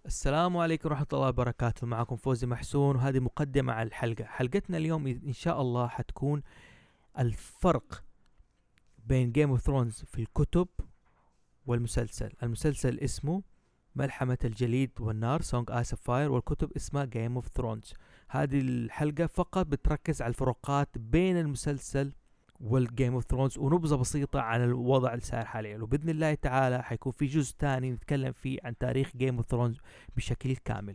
السلام عليكم ورحمة الله وبركاته. معكم فوزي محسون، وهذه مقدمة على حلقتنا اليوم إن شاء الله حتكون الفرق بين Game of Thrones في الكتب والمسلسل. المسلسل اسمه ملحمة الجليد والنار Song Ice and Fire، والكتب اسمها Game of Thrones. هذه الحلقة فقط بتركز على الفروقات بين المسلسل والجيم اوف ثرونز ونبذة بسيطة عن الوضع اللي صار حاليا، وبإذن الله تعالى حيكون في جزء تاني نتكلم فيه عن تاريخ جيم اوف ثرونز بشكل كامل.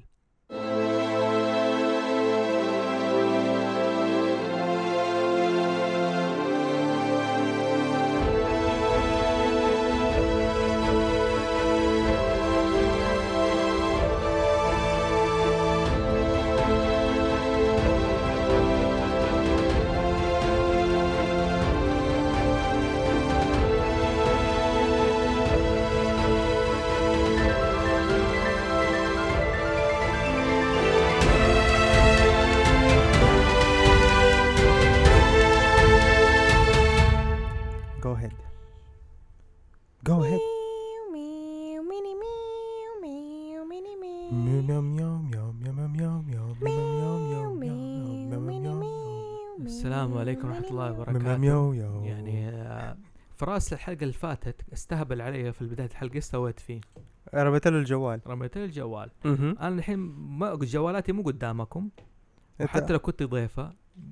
السلام عليكم ورحمة الله وبركاته. يعني فراس الحلقة اللي فاتت استهبل علي في بداية الحلقة، استويت فيه رميت له الجوال. أنا الحين ما جوالاتي مو قدامكم، وحتى لو كنت ضيفة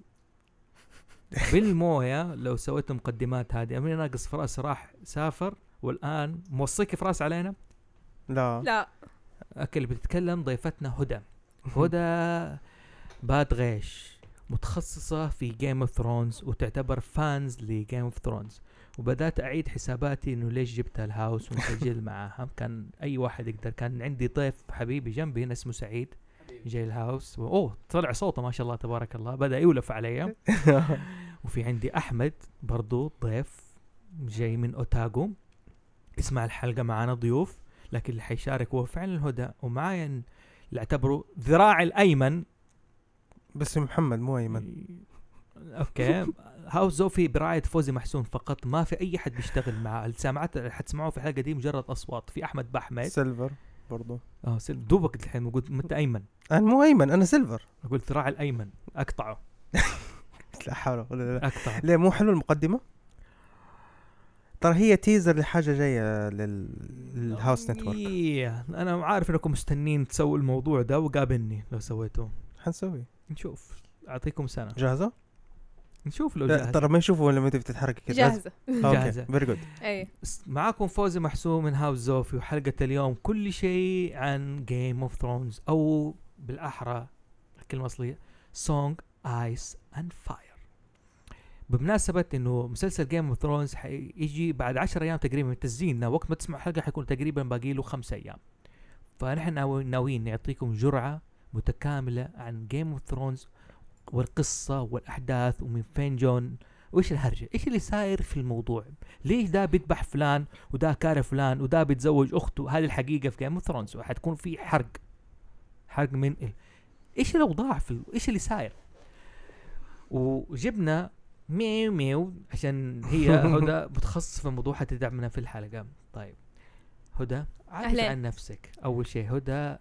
بالموية لو سويت مقدمات هذه أمين ناقص. فراس راح سافر والآن موصيك فراس علينا. لا أكل بتتكلم ضيفتنا هدى باد غيش، متخصصة في جيم اوف ثرونز وتعتبر فانز لجيم اوف ثرونز. وبدأت أعيد حساباتي إنه ليش جبت الهاوس ونسجل معاها. كان أي واحد يقدر. كان عندي ضيف حبيبي جنبي هنا اسمه سعيد جاي الهاوس، طلع صوته ما شاء الله تبارك الله، بدأ يولف عليا. وفي عندي أحمد برضو ضيف جاي من أوتاغو، اسمع الحلقة معانا ضيوف، لكن اللي حيشارك هو فعلا هدى. ومعايا اللي اعتبره ذراع الأيمن بس محمد مو أيمن. اوكي. هاوس زوفي برعاية فوزي محسون فقط، ما في اي حد بيشتغل معه. السامعات اللي حتسمعوه في الحلقة دي مجرد اصوات. في احمد باحمد سيلفر برضو. دوبك الحين قلت متى ايمن؟ انا مو ايمن، انا سيلفر. اقول ذراع الايمن اقطعه. لا حول ولا لا اقطعه. ليه مو حلو المقدمة؟ ترى هي تيزر لحاجة جاية للهاوس نتورك. انا عارف انكم مستنين تسووا الموضوع ده وقابلني. لو سويته حنسوي، نشوف. اعطيكم سنة. جاهزة؟ نشوف لو جاهزة. ترى ما يشوفوا ولا ما تبي تتحرك كده. جاهزة. فيري جود. اي معاكم فوزي محسوم من هاوس زوفي، وحلقة اليوم كل شيء عن جيم اوف ثرونز، او بالاحرى الكلمة الاصلية Song Ice and Fire. بمناسبة انه مسلسل جيم اوف ثرونز حيجي بعد 10 ايام تقريبا من تسجيلنا. وقت ما تسمع حلقة حيكون تقريبا باقي له 5 ايام. فنحن ناويين نعطيكم جرعة متكاملة عن جيم اوف ثرونز والقصة والأحداث، ومن فين جون، وإيش الهرجة، إيش اللي صاير في الموضوع، ليش ده بيذبح فلان وده كاره فلان وده بيتزوج أخته. هذه الحقيقة في جيم اوف ثرونز، وحتكون في حرق من إيش الأوضاع إيش اللي صاير. وجبنا ميو عشان هي هدى متخصص في الموضوع حتدعمنا في الحلقة. طيب هدى، عارف عن نفسك أول شيء. هدى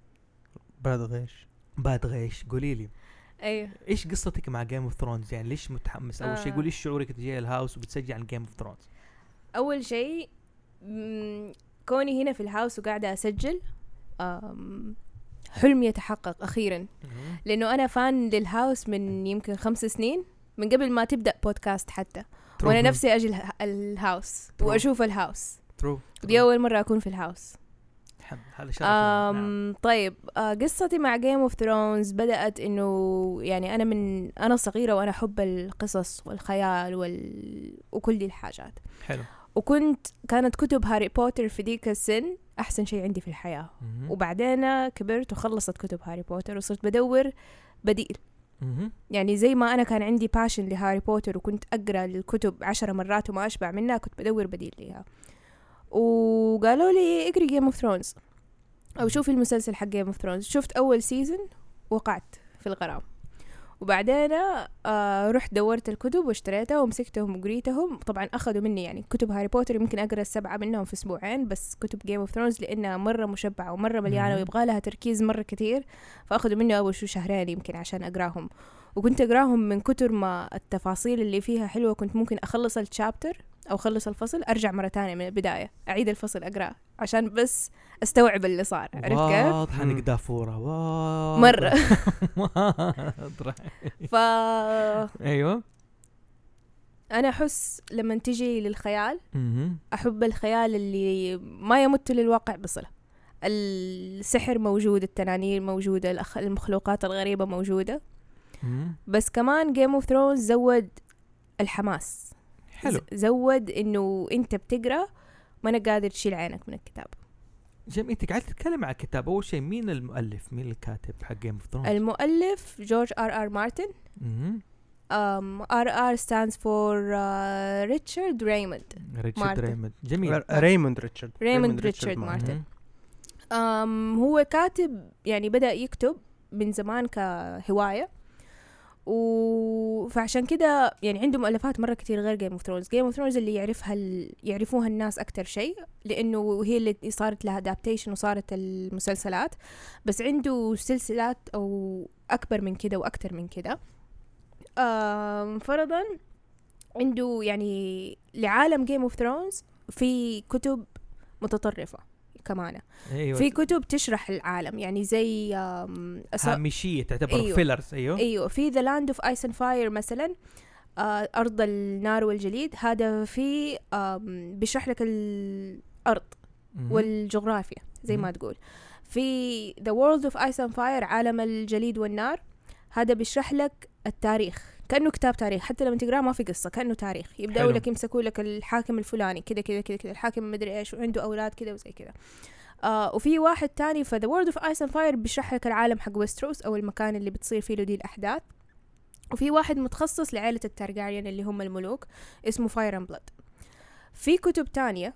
باد غيش قولي لي ايوه ايش قصتك مع جيم اوف ثرونز؟ يعني ليش متحمس؟ اول شيء قولي ايش شعورك تجي الهاوس وبتسجل عن جيم اوف ثرونز. اول شيء كوني هنا في الهاوس وقاعده اسجل حلم يتحقق اخيرا، لانه انا فان للهاوس من يمكن 5 سنين، من قبل ما تبدا بودكاست حتى. وانا نفسي اجي الهاوس واشوف الهاوس. دي اول مره اكون في الهاوس. هذا شرف. نعم. طيب قصتي مع جيم اوف ثرونز بدأت انه يعني انا صغيرة وانا احب القصص والخيال وكل دي الحاجات. حلو. كانت كتب هاري بوتر في ديك السن احسن شيء عندي في الحياة. وبعدين كبرت وخلصت كتب هاري بوتر وصرت بدور بديل. يعني زي ما انا كان عندي باشن لهاري بوتر وكنت اقرا الكتب 10 مرات وما اشبع منها، كنت بدور بديل ليها. وقالوا لي اقري جيم اوف ثرونز او شوفي المسلسل حق جيم اوف ثرونز. شفت اول سيزن وقعت في الغرام، وبعدين رحت دورت الكتب واشتريتها ومسكتهم وقريتهم. طبعا أخذوا مني يعني كتب هاري بوتر ممكن أقرأ 7 منهم في أسبوعين، بس كتب جيم اوف ثرونز لأنها مرة مشبعة ومرة مليانة ويبغى لها تركيز مرة كتير، فأخذوا مني أول شهرين يمكن عشان أقراهم. وكنت أقراهم من كتر ما التفاصيل اللي فيها حلوة، كنت ممكن أخلص الشابتر أو أخلص الفصل أرجع مرة تانية من البداية أعيد الفصل أقرأ عشان بس أستوعب اللي صار. عرفت كيف؟ واضح انك دافورة مرة. ف ايوه أنا أحس لما تجي للخيال أحب الخيال اللي ما يمت للواقع بصلة. السحر موجود، التنانير موجودة، المخلوقات الغريبة موجودة، بس كمان Game of Thrones زود الحماس. حلو. زود إنه أنت بتقرأ ما أنا قادر تشيل عينك من الكتاب. جميل. انت قاعد تتكلم عن الكتاب، اول شيء مين المؤلف، مين الكاتب حق جيم اوف ثرونز؟ المؤلف جورج ار مارتن. ار stands for ريتشارد ريموند. جميل. ريموند ريتشارد مارتن. هو كاتب يعني بدأ يكتب من زمان كهواية، فعشان كده يعني عنده مؤلفات مرة كتير غير Game of Thrones. Game of Thrones اللي يعرفوها الناس أكتر شيء لأنه هي اللي صارت لها adaptation وصارت المسلسلات، بس عنده سلسلات أو أكبر من كده وأكتر من كده. فرضا عنده يعني لعالم Game of Thrones في كتب متطرفة كمان. أيوة. في كتب تشرح العالم يعني زي هامشية تعتبر. أيوة. فيلرز. أيوة في The Land of Ice and Fire مثلا، أرض النار والجليد، هذا في بيشرح لك الأرض والجغرافيا زي ما تقول. في The World of Ice and Fire عالم الجليد والنار، هذا بيشرح لك التاريخ كأنه كتاب تاريخ، حتى لما تقرأ ما في قصة، كأنه تاريخ. يبدأوا لك يمسكوا لك الحاكم الفلاني كده كده كده كده، الحاكم مدري إيش وعنده أولاد كده وزي كده. وفي واحد تاني في The World of Ice and Fire بيشرح لك العالم حق ويستروس أو المكان اللي بتصير فيه له دي الأحداث. وفي واحد متخصص لعائلة التارجاريان اللي هم الملوك اسمه Fire and Blood. في كتب تانية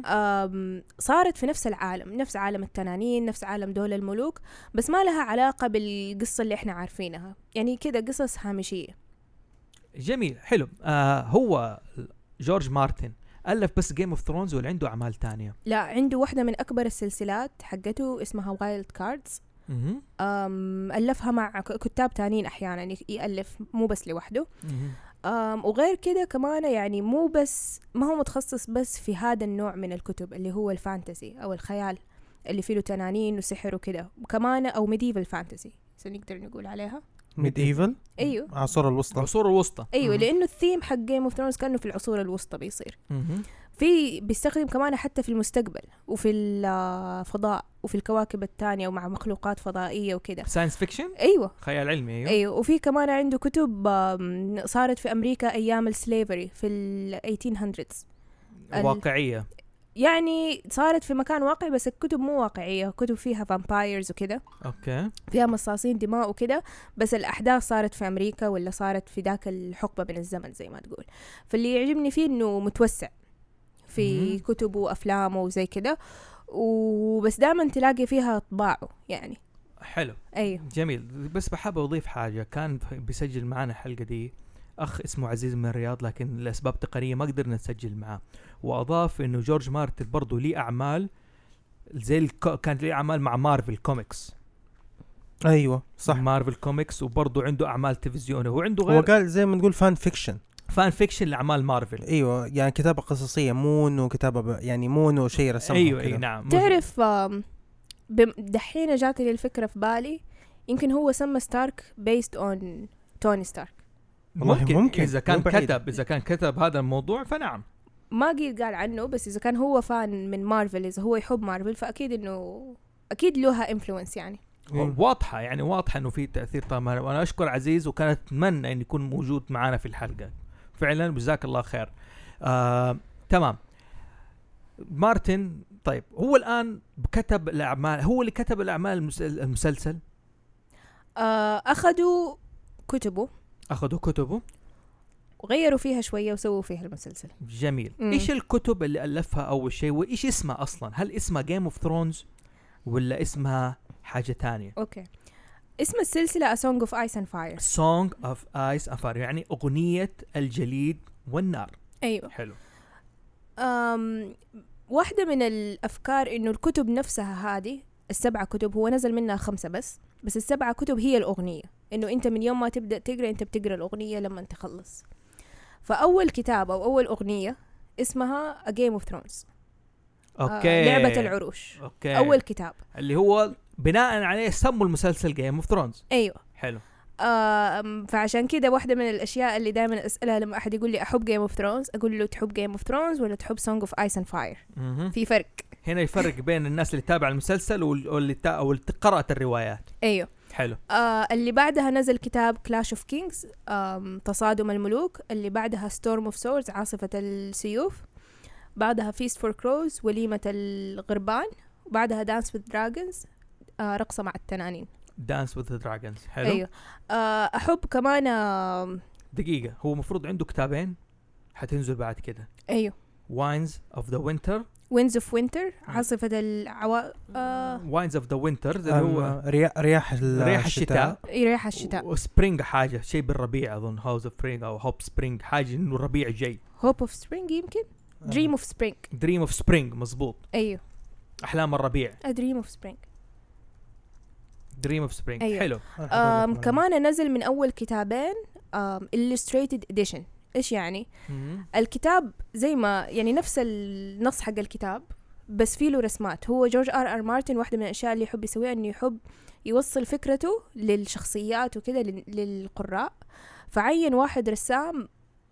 صارت في نفس العالم، نفس عالم التنانين، نفس عالم دول الملوك، بس ما لها علاقة بالقصة اللي احنا عارفينها، يعني كده قصص هامشية. جميل. حلو. هو جورج مارتن ألف بس Game of Thrones ولا عنده أعمال تانية؟ لا، عنده واحدة من أكبر السلسلات حقته اسمها وايلد كاردز. ألفها مع كتاب تانيين أحيانا يألف، مو بس لوحده. وغير كده كمان يعني مو بس ما هو متخصص بس في هذا النوع من الكتب اللي هو الفانتسي أو الخيال اللي فيه تنانين وسحر وكده، كمان أو ميديفال فانتسي نقدر نقول عليها ميديفال. أيوه، عصور الوسطى. أيوه، لأنه الثيم حق جيم اوف ثرونز كأنه في العصور الوسطى بيصير. في بيستخدم كمان حتى في المستقبل وفي الفضاء وفي الكواكب التانية ومع مخلوقات فضائية وكده. ساينس فيكشن. أيوه، خيال علمي. أيوه. وفي كمان عنده كتب صارت في أمريكا أيام السليفري في 1800s، واقعية يعني صارت في مكان واقعي بس الكتب مو واقعية، كتب فيها فامبايرز وكده. أوكي. فيها مصاصين دماء وكده، بس الأحداث صارت في أمريكا ولا صارت في ذاك الحقبة من الزمن زي ما تقول. فاللي يعجبني فيه إنه متوسع في كتبه وأفلامه وزي كده، وبس دائما تلاقي فيها طباعه يعني. حلو. أيوه. جميل. بس بحب أضيف حاجة، كان بيسجل معنا الحلقة دي أخ اسمه عزيز من الرياض، لكن لأسباب تقنية ما قدرنا نسجل معه، وأضاف إنه جورج مارتن برضو ليه أعمال زي كانت ليه أعمال مع مارفل كوميكس. أيوة صح، مارفل كوميكس، وبرضو عنده أعمال تلفزيونية، وعنده غير، هو قال زي ما نقول فان فيكشن لأعمال مارفل. أيوة، يعني كتابة قصصية، مون وكتابة يعني مون وشيء رسمه. أيوة نعم. تعرف دحين جاتي لي الفكرة في بالي، يمكن هو سمى ستارك based on توني ستارك. ممكن إذا كان كتب هذا الموضوع فنعم. ما قال عنه، بس إذا كان هو فان من مارفل، إذا هو يحب مارفل، فأكيد إنه أكيد لها إنفلونس يعني. واضحة إنه في تأثير طبعا. وأنا أشكر عزيز، وكانت أتمنى إن يكون موجود معنا في الحلقة فعلا، جزاك الله خير. تمام. مارتن، طيب هو الآن كتب الأعمال، هو اللي كتب الأعمال المسلسل. أخذوا كتبه وغيروا فيها شوية وسووا فيها المسلسل. جميل. إيش الكتب اللي ألفها أول شيء، وإيش اسمها أصلا؟ هل اسمها Game of Thrones ولا اسمها حاجة تانية؟ أوكي. اسم السلسلة A Song of Ice and Fire. Song of Ice and Fire يعني أغنية الجليد والنار. أيوة. حلو. واحدة من الأفكار إنه الكتب نفسها هذه 7 كتب، هو نزل منها 5 بس 7 كتب هي الأغنية، إنه أنت من يوم ما تبدأ تقرأ أنت بتقرأ الأغنية لما تخلص. فأول كتاب أو أول أغنية اسمها A Game of Thrones. أوكي. لعبة العروش. أوكي. أول كتاب اللي هو بناء عليه سموا المسلسل Game of Thrones. أيوة. حلو. فعشان كده واحدة من الأشياء اللي دائما أسألها لما أحد يقول لي أحب Game of Thrones، أقول له تحب Game of Thrones ولا تحب Song of Ice and Fire؟ في فرق هنا. يفرق بين الناس اللي تابع المسلسل واللي قرأت الروايات. أيوه. حلو. اللي بعدها نزل كتاب Clash of Kings تصادم الملوك، اللي بعدها Storm of Swords عاصفة السيوف، بعدها Feast for Crows وليمة الغربان، وبعدها Dance with Dragons رقصة مع التنانين. Dance with the Dragons. حلو. أيوه. أحب كمان دقيقة، هو مفروض عنده كتابين حتنزل بعد كده. أيوه. Winds of the Winter. Winds of Winter عاصفة Winds of the Winter اللي هو رياح الشتاء. رياح الشتاء. وسبرينج حاجة شيء بالربيع أظن House of Spring أو Hope Spring حاجة إنه الربيع جاي. Hope of Spring يمكن. Dream of Spring. Dream of Spring مزبوط. أيوه. أحلام الربيع. A Dream of Spring. Dream of Spring. أيوه. حلو. كمان نزل من أول كتابين Illustrated Edition. إيش يعني؟ الكتاب زي ما يعني نفس النص حق الكتاب بس فيه له رسمات. هو جورج آر مارتن واحدة من الأشياء اللي يحب يسويها إنه يحب يوصل فكرته للشخصيات وكده للقراء، فعين واحد رسام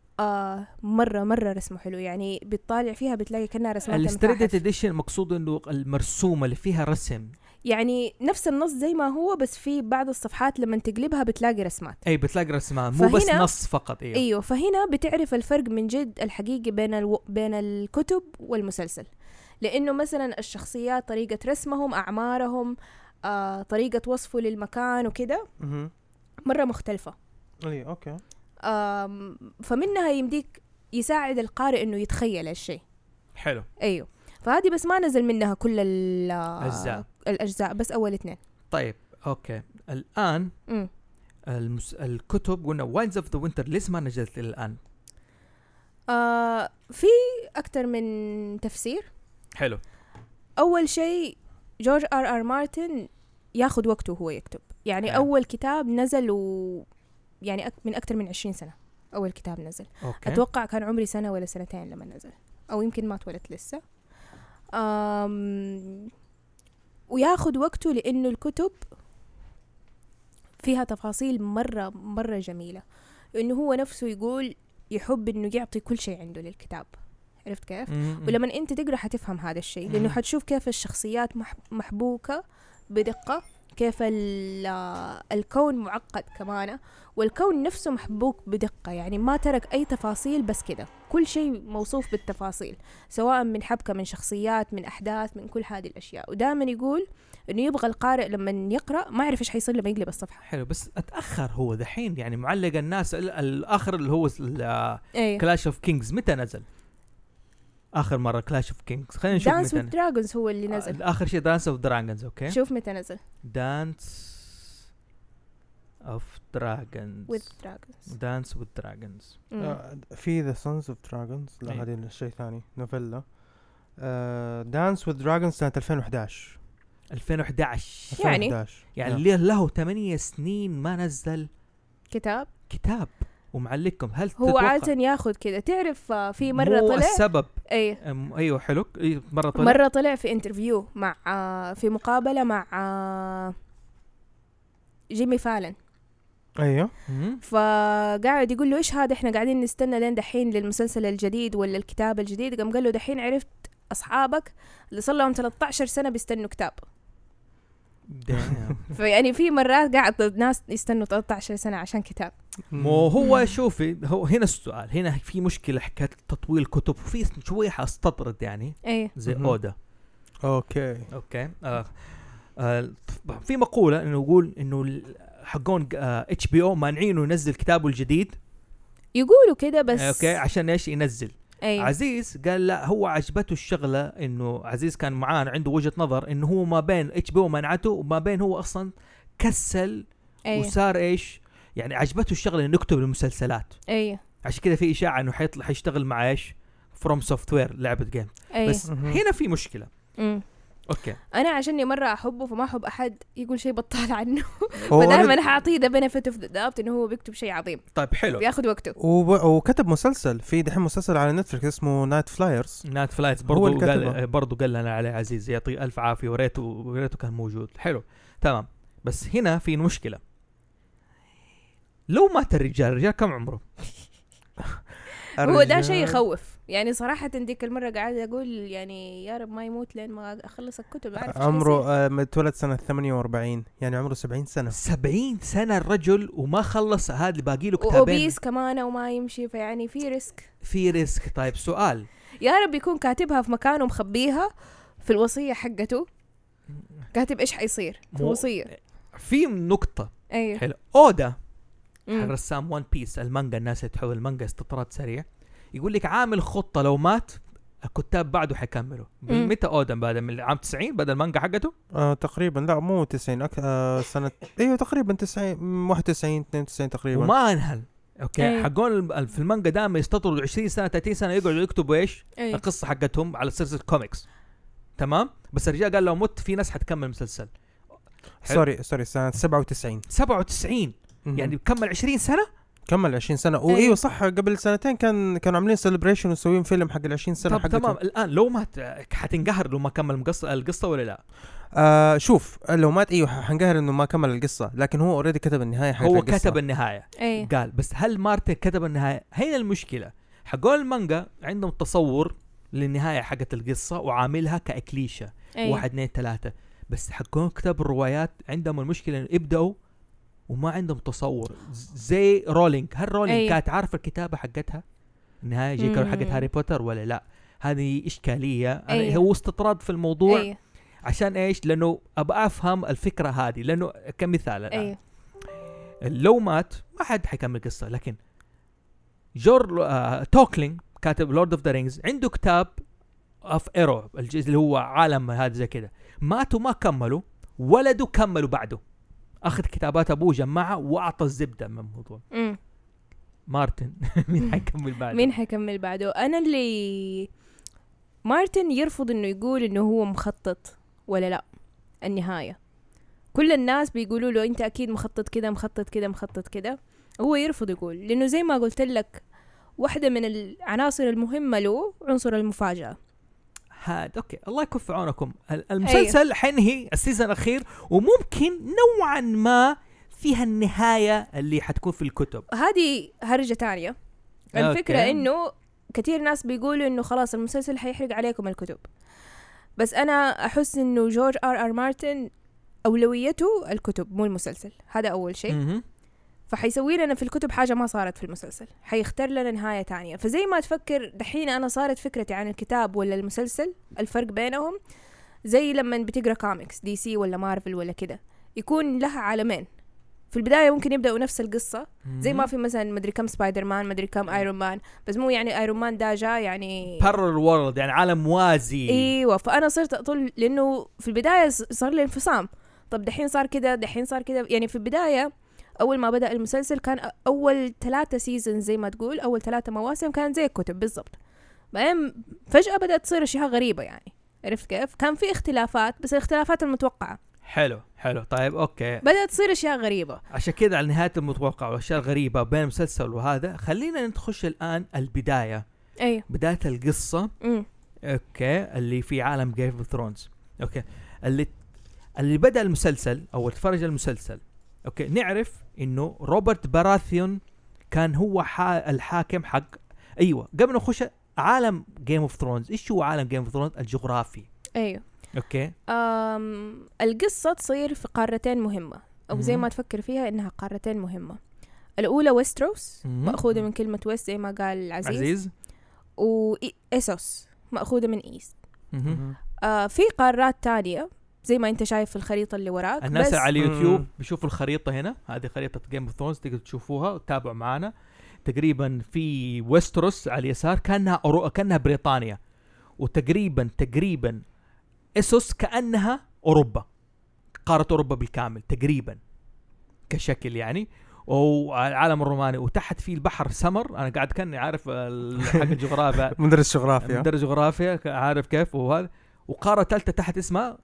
مرة رسمه حلو، يعني بتطالع فيها بتلاقي كأنها رسمات Illustrated Edition مقصود إنه المرسومة اللي فيها رسم، يعني نفس النص زي ما هو بس في بعض الصفحات لما تقلبها بتلاقي رسمات. أي بتلاقي رسمات مو بس نص فقط. أيوه. فهنا بتعرف الفرق من جد الحقيقي بين الكتب والمسلسل، لأنه مثلا الشخصيات طريقة رسمهم أعمارهم طريقة وصفه للمكان وكده مرة مختلفة. أيه أوكي. فمنها يمديك يساعد القارئ إنه يتخيل الشيء. حلو. أيوه. فهذه بس ما نزل منها كل الأجزاء بس أول 2. طيب أوكي. الآن الكتب قلنا Winds of the Winter ليش ما نزلت إلى الآن؟ في أكتر من تفسير. حلو. أول شيء جورج آر مارتن ياخد وقته وهو يكتب، يعني حلو. أول كتاب نزل يعني من أكتر من 20 سنة أول كتاب نزل. أوكي. أتوقع كان عمري 1 ولا 2 لما نزل، أو يمكن ما اتولدت لسه. وياخد وقته لأنه الكتب فيها تفاصيل مرة جميلة، لأنه هو نفسه يقول يحب إنه يعطي كل شيء عنده للكتاب. عرفت كيف؟ ولما أنت تقرأ حتفهم هذا الشيء، لأنه حتشوف كيف الشخصيات محبوكة بدقة، كيف الكون معقد كمان، والكون نفسه محبوك بدقة، يعني ما ترك أي تفاصيل بس كده، كل شيء موصوف بالتفاصيل، سواء من حبكة من شخصيات من أحداث من كل هذه الأشياء. ودائما يقول إنه يبغى القارئ لما يقرأ ما يعرف إيش حيصير لما يقلب الصفحة. حلو. بس أتأخر هو دحين، يعني معلق الناس الآخر اللي هو كلاش اوف كينجز متى نزل؟ آخر مرة كلاش اوف كينجز خلينا نشوف. دانس وذ دراجونز هو اللي نزل. آخر شيء دانس اوف دراجونز. أوكي. شوف متى نزل. دانس اوف دراجونز. دانس وذ دراجونز. في ذا سونز اوف دراجونز. لا هذه الشيء ثاني نوفيلا. دانس وذ دراجونز سنة 2011. 2011 يعني له 8 سنين ما نزل كتاب ومعلقكم. هل هو عادة ياخذ كده؟ تعرف في مرة طلع السبب. ايوه حلو. مرة طلع في انترفيو مع في مقابلة مع جيمي فالن. ايوه. فقاعد يقول له ايش هذا، احنا قاعدين نستنى لين دحين للمسلسل الجديد ولا الكتاب الجديد. قام قال له دحين عرفت اصحابك اللي صار لهم 13 سنة بيستنوا كتاب. فيعني في مرات قاعد ناس يستنوا 13 سنة عشان كتاب. مو هو شوفي، هو هنا السؤال، هنا في مشكلة حكاية تطويل كتب، وفي شوية حاستطرد يعني زي أودا. اوكي. في مقولة انه يقول انه حقون HBO مانعينه ينزل كتابه الجديد، يقولوا كده بس اوكي عشان ايش ينزل. عزيز قال لا، هو عجبته الشغلة انه عزيز كان معانا عنده وجهة نظر انه هو ما بين HBO منعته وما بين هو اصلا كسل وصار ايش يعني عجبته الشغله انه يكتب المسلسلات. عشان كده في اشاعه انه حيشتغل مع ايش فروم سوفت وير لعبه جيم. بس هنا في مشكله. اوكي انا عشاني مره احبه فما احب احد يقول شيء بطال عنه فدائما حاعطيه ده بنفيت اوف ذا داوت انه هو بيكتب شيء عظيم. طيب حلو بياخذ وقته. وكتب مسلسل في دحين مسلسل على نتفلكس اسمه نايت فلايرز برضو قال لنا عليه عزيز يعطيه الف عافيه وريته كان موجود. حلو تمام. بس هنا في مشكله. لو مات الرجال كم عمره؟ هو ده شيء يخوف يعني صراحة. ديك المرة قاعد أقول يعني يا رب ما يموت لين ما أخلص الكتب. عمره متولد سنة 48 يعني عمره 70 سنة. 70 سنة الرجل وما خلص هذا باقي له كتابين وأوبيس كمان وما يمشي فيعني في ريسك. طيب سؤال يا رب يكون كاتبها في مكان ومخبيها في الوصية حقته. كاتب إيش حيصير في الوصية. في نقطة حلو. أودا رسام وان بيس المانجا. الناس تحول المانجا استطراد سريع. يقول لك عامل خطة لو مات الكتاب بعده حيكملوا. متى أودن بعد من عام 90 بدأ المانجا حقته؟ تقريبا لا مو 90 سنة ايوه تقريبا 90 91 92 تقريبا. وما انهل. اوكي حقون في المانجا دائما يستطردوا 20 سنة 30 سنة يقعدوا يكتبوا ايش القصة حقتهم على سلسلة كوميكس. تمام. بس الرجال قال لو مت في ناس حتكمل مسلسل. سوري سنة 97 يعني كمل 20 سنة. كمل 20 سنة وايوه صح. قبل سنتين كانوا عاملين سيلبريشن وسوين فيلم حق ال20 سنة حقتهم. تمام. الان لو مات حتنقهر لو ما كمل القصة ولا لا؟ شوف لو مات ايوه حنقهر انه ما كمل القصة لكن هو اوريدي كتب النهاية حق هو القصة. كتب النهاية قال. بس هل مارتن كتب النهاية؟ هنا المشكلة. حقول المانجا عندهم تصور للنهاية حقت القصة وعاملها كأكليشة 1 2 3. بس حقون كتاب الروايات عندهم المشكلة انه يبدأوا وما عندهم تصور زي رولينج. هل رولينج كانت عارفة الكتابة حقتها النهاية جيكر حقت هاري بوتر ولا لا؟ هذه إشكالية. هو استطراد في الموضوع. عشان إيش؟ لأنه أبقى أفهم الفكرة هذه. لأنه كمثال الآن لو مات ما حد حيكمل قصة. لكن توكلينج كاتب لورد اوف ذا رينجز عنده كتاب اوف ايرو الجزء اللي هو عالم هذا زي كده. ماتوا ما كملوا. ولده كملوا بعده. أخذ كتابات أبوه جمعها وأعطى الزبدة من الموضوع. مارتن مين حيكمل بعده؟ أنا اللي مارتن يرفض إنه يقول إنه هو مخطط ولا لا النهاية. كل الناس بيقولوا له أنت أكيد مخطط كده. هو يرفض يقول لأنه زي ما قلت لك واحدة من العناصر المهمة له عنصر المفاجأة. اوكي الله يكون في عونكم. المسلسل حينهي السيزون الاخير وممكن نوعا ما فيها النهايه اللي حتكون في الكتب. هذه هرجه تانية. الفكره انه كثير ناس بيقولوا انه خلاص المسلسل حيحرق عليكم الكتب. بس انا احس انه جورج ار مارتن اولويته الكتب مو المسلسل. هذا اول شيء. فحيسوي لنا في الكتب حاجة ما صارت في المسلسل. حيختار لنا نهاية تانية. فزي ما تفكر دحين أنا صارت فكرتي عن الكتاب ولا المسلسل الفرق بينهم زي لما بتقرأ كوميكس دي سي ولا مارفل ولا كده يكون لها عالمين. في البداية ممكن يبدأوا نفس القصة زي ما في مثلا مدري كم سبايدر مان مدري كم ايرون مان. بس مو يعني ايرون مان ده جاء يعني parallel world يعني عالم موازي. ايوه. فأنا صرت أطول لأنه في البداية صار لي انفصام. طب دحين صار كده يعني في البداية أول ما بدأ المسلسل كان أول 3 سيزون زي ما تقول أول 3 مواسم كان زي الكتب بالضبط. بعدين فجأة بدأت تصير أشياء غريبة يعني. عرفت كيف؟ كان في اختلافات بس الاختلافات المتوقعة. حلو طيب أوكي. بدأت تصير أشياء غريبة. عشان كده على نهاية المتوقع والأشياء الغريبة بين المسلسل وهذا خلينا نخش الآن البداية. بداية القصة. أوكي اللي في عالم جيم اوف ثرونز. أوكي اللي بدأ المسلسل أو تفرج المسلسل. اوكي نعرف انه روبرت باراثيون كان هو الحاكم حق ايوه قبل ما نخش عالم جيم اوف ثرونز. ايش هو عالم جيم اوف ثرونز الجغرافي؟ ايوه اوكي. القصه تصير في قارتين مهمه او زي ما تفكر فيها انها قارتين مهمه. الاولى ويستروس ماخوذه من كلمه ويست زي ما قال عزيز. وإيسوس ماخوذه من ايست. في قارات تانية زي ما انت شايف في الخريطة اللي وراك. الناس على اليوتيوب بيشوفوا الخريطة هنا. هذه خريطة جيم اوف ثرونز تقدروا تشوفوها وتتابعوا معنا. تقريبا في ويستروس على اليسار كأنها بريطانيا. وتقريبا إيسوس كأنها أوروبا. قارة أوروبا بالكامل تقريبا. كشكل يعني، والعالم الروماني، وتحت فيه البحر سمر. انا قاعد كاني عارف حق الجغرافيا مدرس جغرافيا عارف كيف. وهذا وقاره ثالثه تحت اسمها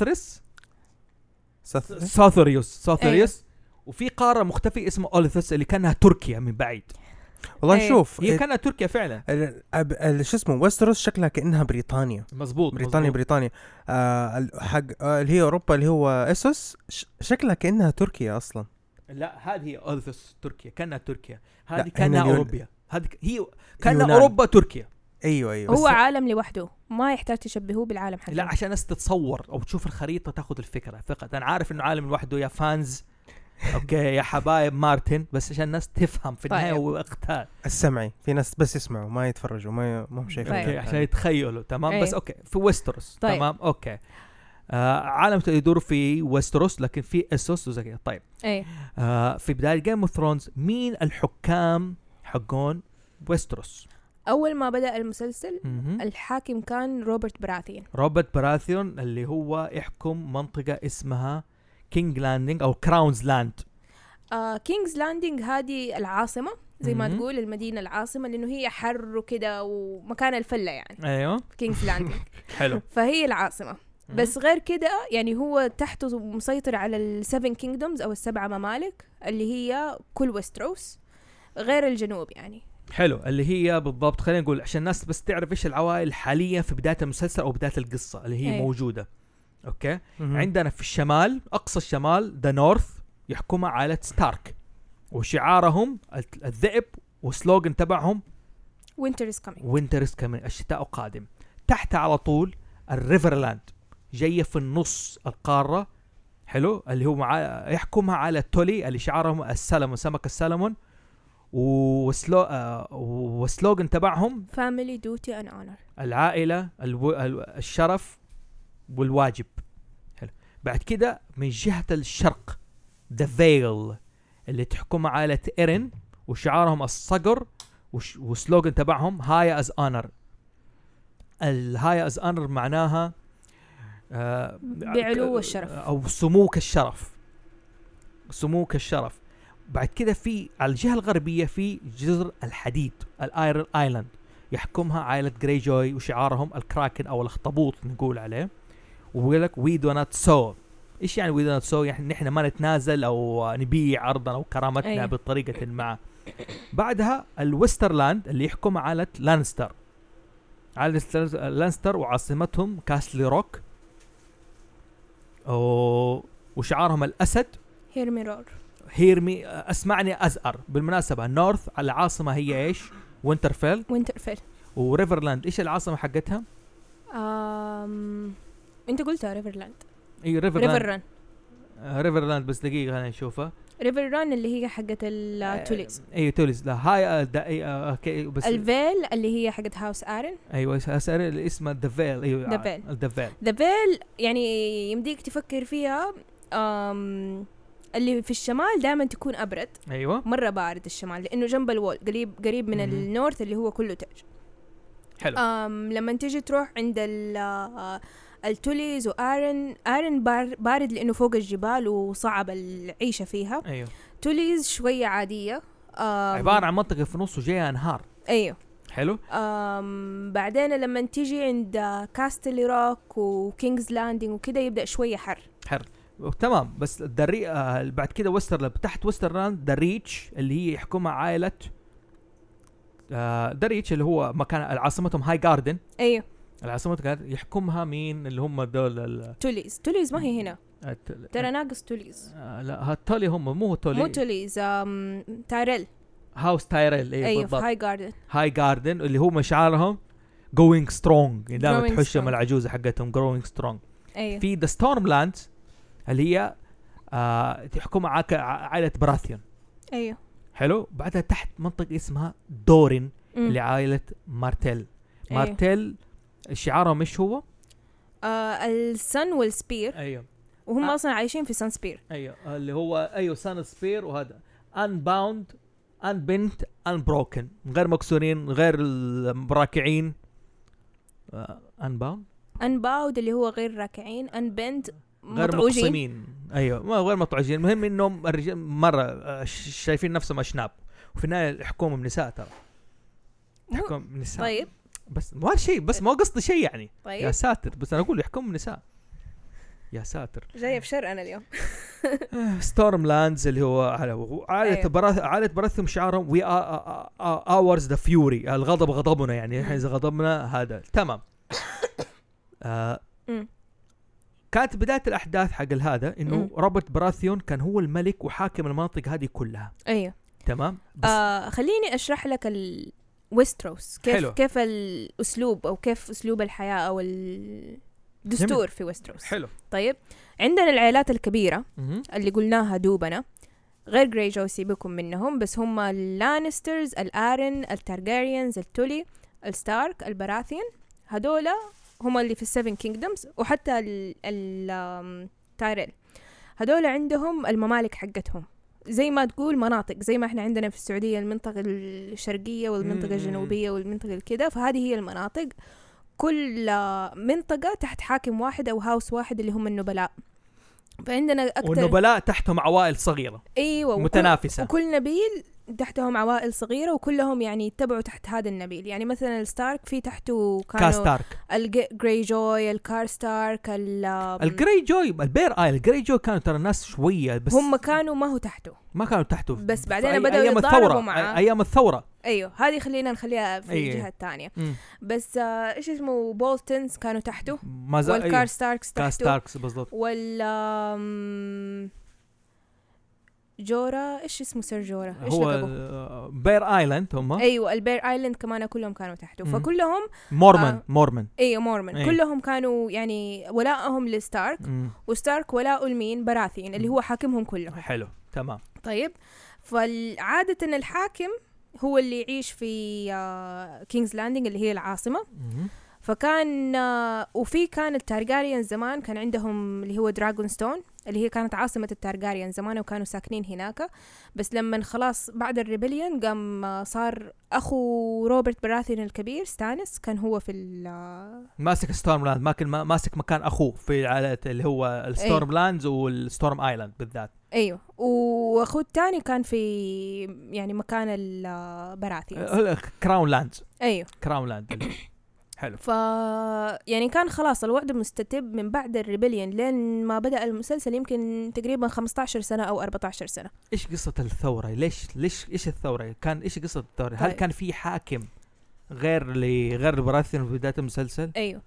ساثوريوس. وفي قاره مختفي اسمها اوليثوس اللي كانها تركيا من بعيد. والله شوف هي كانها تركيا فعلا. شو اسمه ويستروس شكلها كأنها بريطانيا. مزبوط. بريطانيا حق اللي هي أوروبا اللي هو إسوس شكلها كأنها تركيا أصلا. لا هذه هي أوليثوس تركيا، كانها تركيا. هذه كانها أوروبا، هذه هي كانها أوروبا تركيا. أيوة هو عالم لوحده، ما يحتاج تشبهوه بالعالم حقه. لا عشان الناس تتصور أو تشوف الخريطة تاخذ الفكرة فقط. أنا عارف إنه عالم لوحده يا فانز اوكي يا حبايب مارتن، بس عشان الناس تفهم في النهايه وقتها السمعي في ناس بس يسمعوا ما يتفرجوا ما هم شايفين اوكي عشان يتخيلوا تمام. بس اوكي في ويستروس تمام اوكي. عالم يدور في ويستروس لكن في اسوس وزي كذا. طيب في بدايه جيم اوف ثرونز مين الحكام حقون ويستروس؟ اول ما بدأ المسلسل الحاكم كان روبرت براثيون اللي هو يحكم منطقه اسمها كينج لاندينج او كراونز لاند. كينجز لاندينج هذه العاصمة زي ما تقول، المدينة العاصمة، لأنه هي حر وكده ومكان الفلة يعني. أيوة كينجز لاندينج حلو. فهي العاصمة. بس غير كده يعني هو تحته مسيطر على السفن كينجدومز أو 7 ممالك اللي هي كل ويستروس غير الجنوب يعني. حلو اللي هي بالضبط. خلينا نقول عشان الناس بس تعرف إيش العوائل الحالية في بداية المسلسل أو بداية القصة اللي هي موجودة. اوكي عندنا في الشمال اقصى الشمال ذا نورث يحكمها عائله ستارك، وشعارهم الذئب، وسلوغن تبعهم وينتر از كامينج الشتاء قادم. تحت على طول الريفرلاند جايه في النص القاره. حلو اللي هو يحكمها عائله تولي اللي شعارهم السلمون، سمك السلمون، وسلوغن تبعهم فاميلي دوتي اند اونر، العائله الشرف والواجب. حلو. بعد كده من جهة الشرق The Vale اللي تحكم عائلة إيرين وشعارهم الصقر وسلوغن تبعهم High as Honor. الهاي as Honor معناها بعلو الشرف أو سموك الشرف. بعد كده في على الجهة الغربية في جزر الحديد الآيرون آيلاند يحكمها عائلة جري جوي وشعارهم الكراكن أو الأخطبوط نقول عليه. ويقول لك we do not sell. إيش يعني we do not sell؟ يعني نحن ما نتنازل أو نبيع أرضنا أو كرامتنا بطريقة ما. بعدها الويسترلاند اللي يحكم عائلة لانستر وعاصمتهم كاسل روك وشعارهم الأسد هيرمي اسمعني أزأر. بالمناسبة نورث العاصمة هي إيش؟ وينترفيل. وريفرلاند إيش العاصمة حقتها؟ انت قلتها ريفرلاند. اي ريفرلاند بس دقيقه خلينا نشوفها. ريفرلاند اللي هي حقه التوليز. توليز. لا هاي اوكي بس الفيل اللي هي حقه هاوس آرن. ايوه هاوس آرن اللي اسمها ذا فيل. ايوه ذا فيل يعني يمديك تفكر فيها. اللي في الشمال دائما تكون ابرد. ايوه مره بارد الشمال لانه جنب الوول قريب من النورث اللي هو كله تلج. حلو. لما تيجي تروح عند التوليز وآرن بارد لأنه فوق الجبال وصعب العيشة فيها. أيوه. توليز شوية عادية. عبارة عن منطقة في نصه جاية أنهار. أيوه. حلو. بعدين لما تيجي عند كاستل روك وكينجز لاندينج وكده يبدأ شوية حر. تمام. بس بعد كده تحت ويسترلاند الريتش اللي هي يحكمها عائلة دريتش اللي هو مكان عاصمتهم هاي جاردن. ايوه العاصمة كانت يحكمها مين اللي هم دول توليز ما هي هنا ترى ناقص توليز. لا هالتولي هم مو توليز تايريل هاوس تايريل. ايوه في هاي جاردن اللي هم شعارهم going strong دائما تحشم العجوزة حقتهم growing strong. أيوه. في the Stormlands اللي هي تحكمها عائلة براثيون. ايوه حلو. بعدها تحت منطقة اسمها دورين اللي عائلة مارتيل. مارتيل شعارهم ايش هو؟ السن والسبير. ايوه. وهم اصلا عايشين في سان سبير. ايوه اللي هو سان سبير. وهذا unbound unbent unbroken غير مكسورين غير راكعين. unbound اللي هو غير راكعين. unbent غير مقسمين. ايوه ما غير مطعوجين. المهم انهم الرجال مره شايفين نفسهم اشناب، وفي النهايه يحكمهم نساء ترى. يحكم نساء. طيب بس مو شيء، بس مو قصدي شيء يعني. طيب. يا ساتر، بس انا اقول يحكمهم نساء. يا ساتر جايه في شر انا اليوم. ستورم لاندز اللي هو عادة برثهم شعارهم وي اورز ذا فيوري، الغضب غضبنا، يعني احنا اذا غضبنا هذا تمام. كانت بداية الأحداث حق هذا إنه روبرت براثيون كان هو الملك وحاكم المناطق هذه كلها. أيوه تمام. خليني أشرح لك ويستروس كيف الأسلوب أو كيف أسلوب الحياة أو الدستور في ويستروس. حلو. طيب عندنا العائلات الكبيرة اللي قلناها دوبنا، غير جراي جو سيبكم منهم، بس هم اللانسترز، الآرن، التارجاريانز، التولي، الستارك، البراثيون، هدولا هم اللي في السيفن كينجدمز، وحتى التايريل. هدول عندهم الممالك حقتهم زي ما تقول مناطق، زي ما احنا عندنا في السعودية المنطقة الشرقية والمنطقة الجنوبية والمنطقة الكده، فهذه هي المناطق. كل منطقة تحت حاكم واحد أو هاوس واحد اللي هم النبلاء. فعندنا أكتر، والنبلاء تحتهم عوائل صغيرة أيوة متنافسة، وكل نبيل تحتهم عوائل صغيرة وكلهم يعني يتبعوا تحت هذا النبيل. يعني مثلا الستارك في تحته كانوا كاستارك، الجراي جوي، الكارستارك، الجراي جوي، البير آيل. الجراي جوي كانوا ترى الناس شوية، بس هم كانوا ما كانوا تحته بس بعدين بدأوا يتضاربوا معاه أيام الثورة. أيوه هذه خلينا نخليها في الجهة الثانية. بس إيش اسمه بولتنز كانوا تحته، والكارستاركس تحته، كارستاركس بالضبط، جورا ايش اسمه سير جورا هو بير ايلاند هم. ايوه البير ايلاند كمان كلهم كانوا تحته. فكلهم مورمن ايوه مورمن كلهم كانوا يعني ولاءهم لستارك، وستارك ولاءه لمين؟ براثين اللي هو حاكمهم كلهم. حلو تمام. طيب فالعادة ان الحاكم هو اللي يعيش في كينجز لاندنج اللي هي العاصمة. فكان وفي كان التارجاريان زمان كان عندهم اللي هو دراغون ستون اللي هي كانت عاصمة التارجاريان زمان، وكانوا ساكنين هناك. بس لما خلاص بعد الريبليون قام صار أخو روبرت براثيون الكبير ستانس كان هو في ماسك ستورم لاند، ماسك مكان أخوه في عائلة اللي هو الستورم لاندز والستورم آيلاند بالذات. أيوه وأخوه الثاني كان في يعني مكان البراثيون كراون لاندز. أيوه كراون لاند. حلو. يعني كان خلاص الوضع مستتب من بعد الريبليون لين ما بدأ المسلسل، يمكن تقريبا 15 سنة أو 14 سنة. إيش قصة الثورة؟ ليش إيش الثورة؟ كان إيش قصة الثورة؟ طيب. هل كان في حاكم غير براثيون في بداية المسلسل؟ أيوه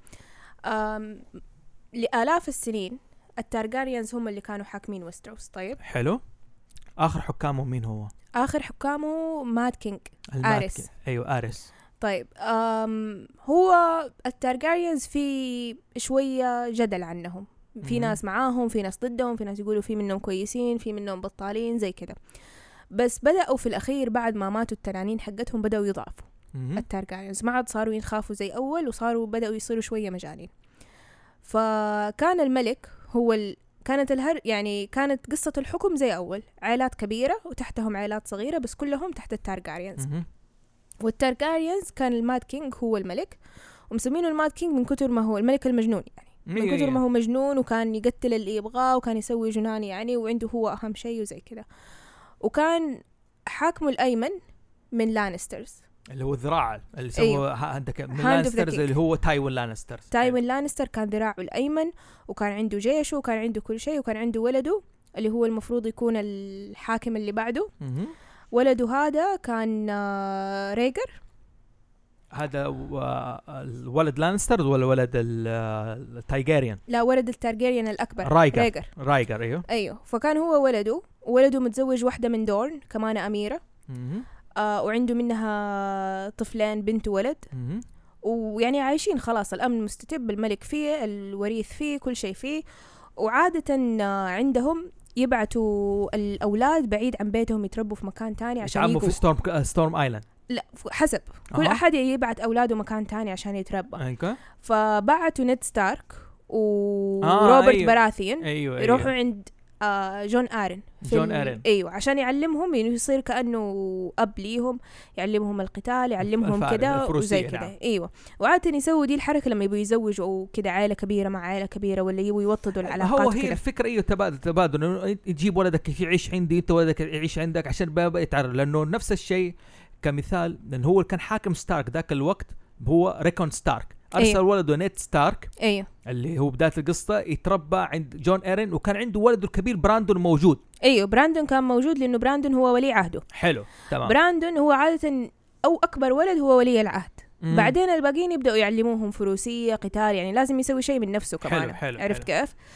لآلاف السنين التارجاريانز هم اللي كانوا حاكمين ويستروس. طيب حلو. آخر حكامه مين هو؟ آخر حكامه ماد كينج آريس. أيوه آريس. طيب هو التارجاريانز في شوية جدل عنهم، في ناس معاهم، في ناس ضدهم، في ناس يقولوا في منهم كويسين، في منهم بطالين زي كده. بس بدأوا في الأخير بعد ما ماتوا التنانين حقتهم بدأوا يضعفوا التارجاريانز، ما عاد صاروا ينخافوا زي أول، وصاروا بدأوا يصيروا شوية مجانين. فكان الملك هو يعني كانت قصة الحكم زي أول، عائلات كبيرة وتحتهم عائلات صغيرة بس كلهم تحت التارجاريانز. والتارجاريانز كان الماد كينج هو الملك، ومسمينه الماد كينج من كتر ما هو الملك المجنون، يعني من كتر ما هو مجنون وكان يقتل اللي يبغاه وكان يسوي جنان يعني، وعنده هو أهم شيء وزي كده. وكان حاكمه الأيمن من لانسترز اللي هو الذراع اللي سووا عندك من لانسترز اللي هو تايوين لانستر كان ذراعه الأيمن، وكان عنده جيشه وكان عنده كل شيء، وكان عنده ولده اللي هو المفروض يكون الحاكم اللي بعده. ولده هذا كان ريجر. هذا الولد لانستر ولا ولد التايجيريان؟ لا ولد التارجيريان الأكبر رايجر. أيوه فكان هو ولده متزوج واحدة من دورن كمان أميرة. وعنده منها طفلين بنت وولد. ويعني عايشين خلاص الأمن مستتب، الملك فيه، الوريث فيه، كل شيء فيه. وعادة عندهم يبعتوا الأولاد بعيد عن بيتهم يتربوا في مكان تاني عشان يقوا في ستورم آيلاند. لا حسب كل أحد يبعت أولاده مكان تاني عشان يتربى. فبعتوا نيد ستارك وروبرت براثيون يروحوا عند جون آرن ايوه عشان يعلمهم انه يصير كأنه اب ليهم، يعلمهم القتال، يعلمهم كده وزي كده. نعم. ايوه وعادة يسووا دي الحركه لما يبغوا يزوجوا كده عائله كبيره مع عائله كبيره، ولا يبغوا يوطدوا العلاقات. هو هي الفكره ايوه تبادل انه تجيب ولدك يعيش عندي، انت ولدك يعيش عندك عشان بابا يتعرف. لانه نفس الشيء كمثال، لانه هو كان حاكم ستارك ذاك الوقت، هو ريكون ستارك ارسل أيوه. ولده نيد ستارك ايوه اللي هو بدايه القصه يتربى عند جون إيرين، وكان عنده ولده الكبير براندون موجود. ايوه براندون كان موجود لانه براندون هو ولي عهده. حلو تمام. براندون هو عاده او اكبر ولد هو ولي العهد. بعدين الباقيين يبداوا يعلموهم فروسيه، قتال، يعني لازم يسوي شيء من نفسه كمان. حلو عرفت حلو. كيف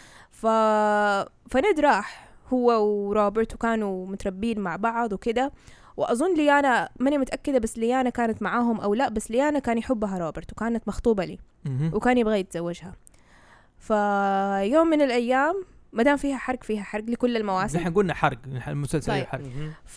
فنيد راح هو وروبرت وكانوا متربين مع بعض وكده. وأظن ليانا ماني متأكدة بس ليانا كانت معاهم أو لا، بس ليانا كان يحبها روبرت وكانت مخطوبة لي وكان يبغى يتزوجها. فيوم من الأيام مدام فيها حرق لكل المواسم، نحن قلنا حرق المسلسل طيب. حرق.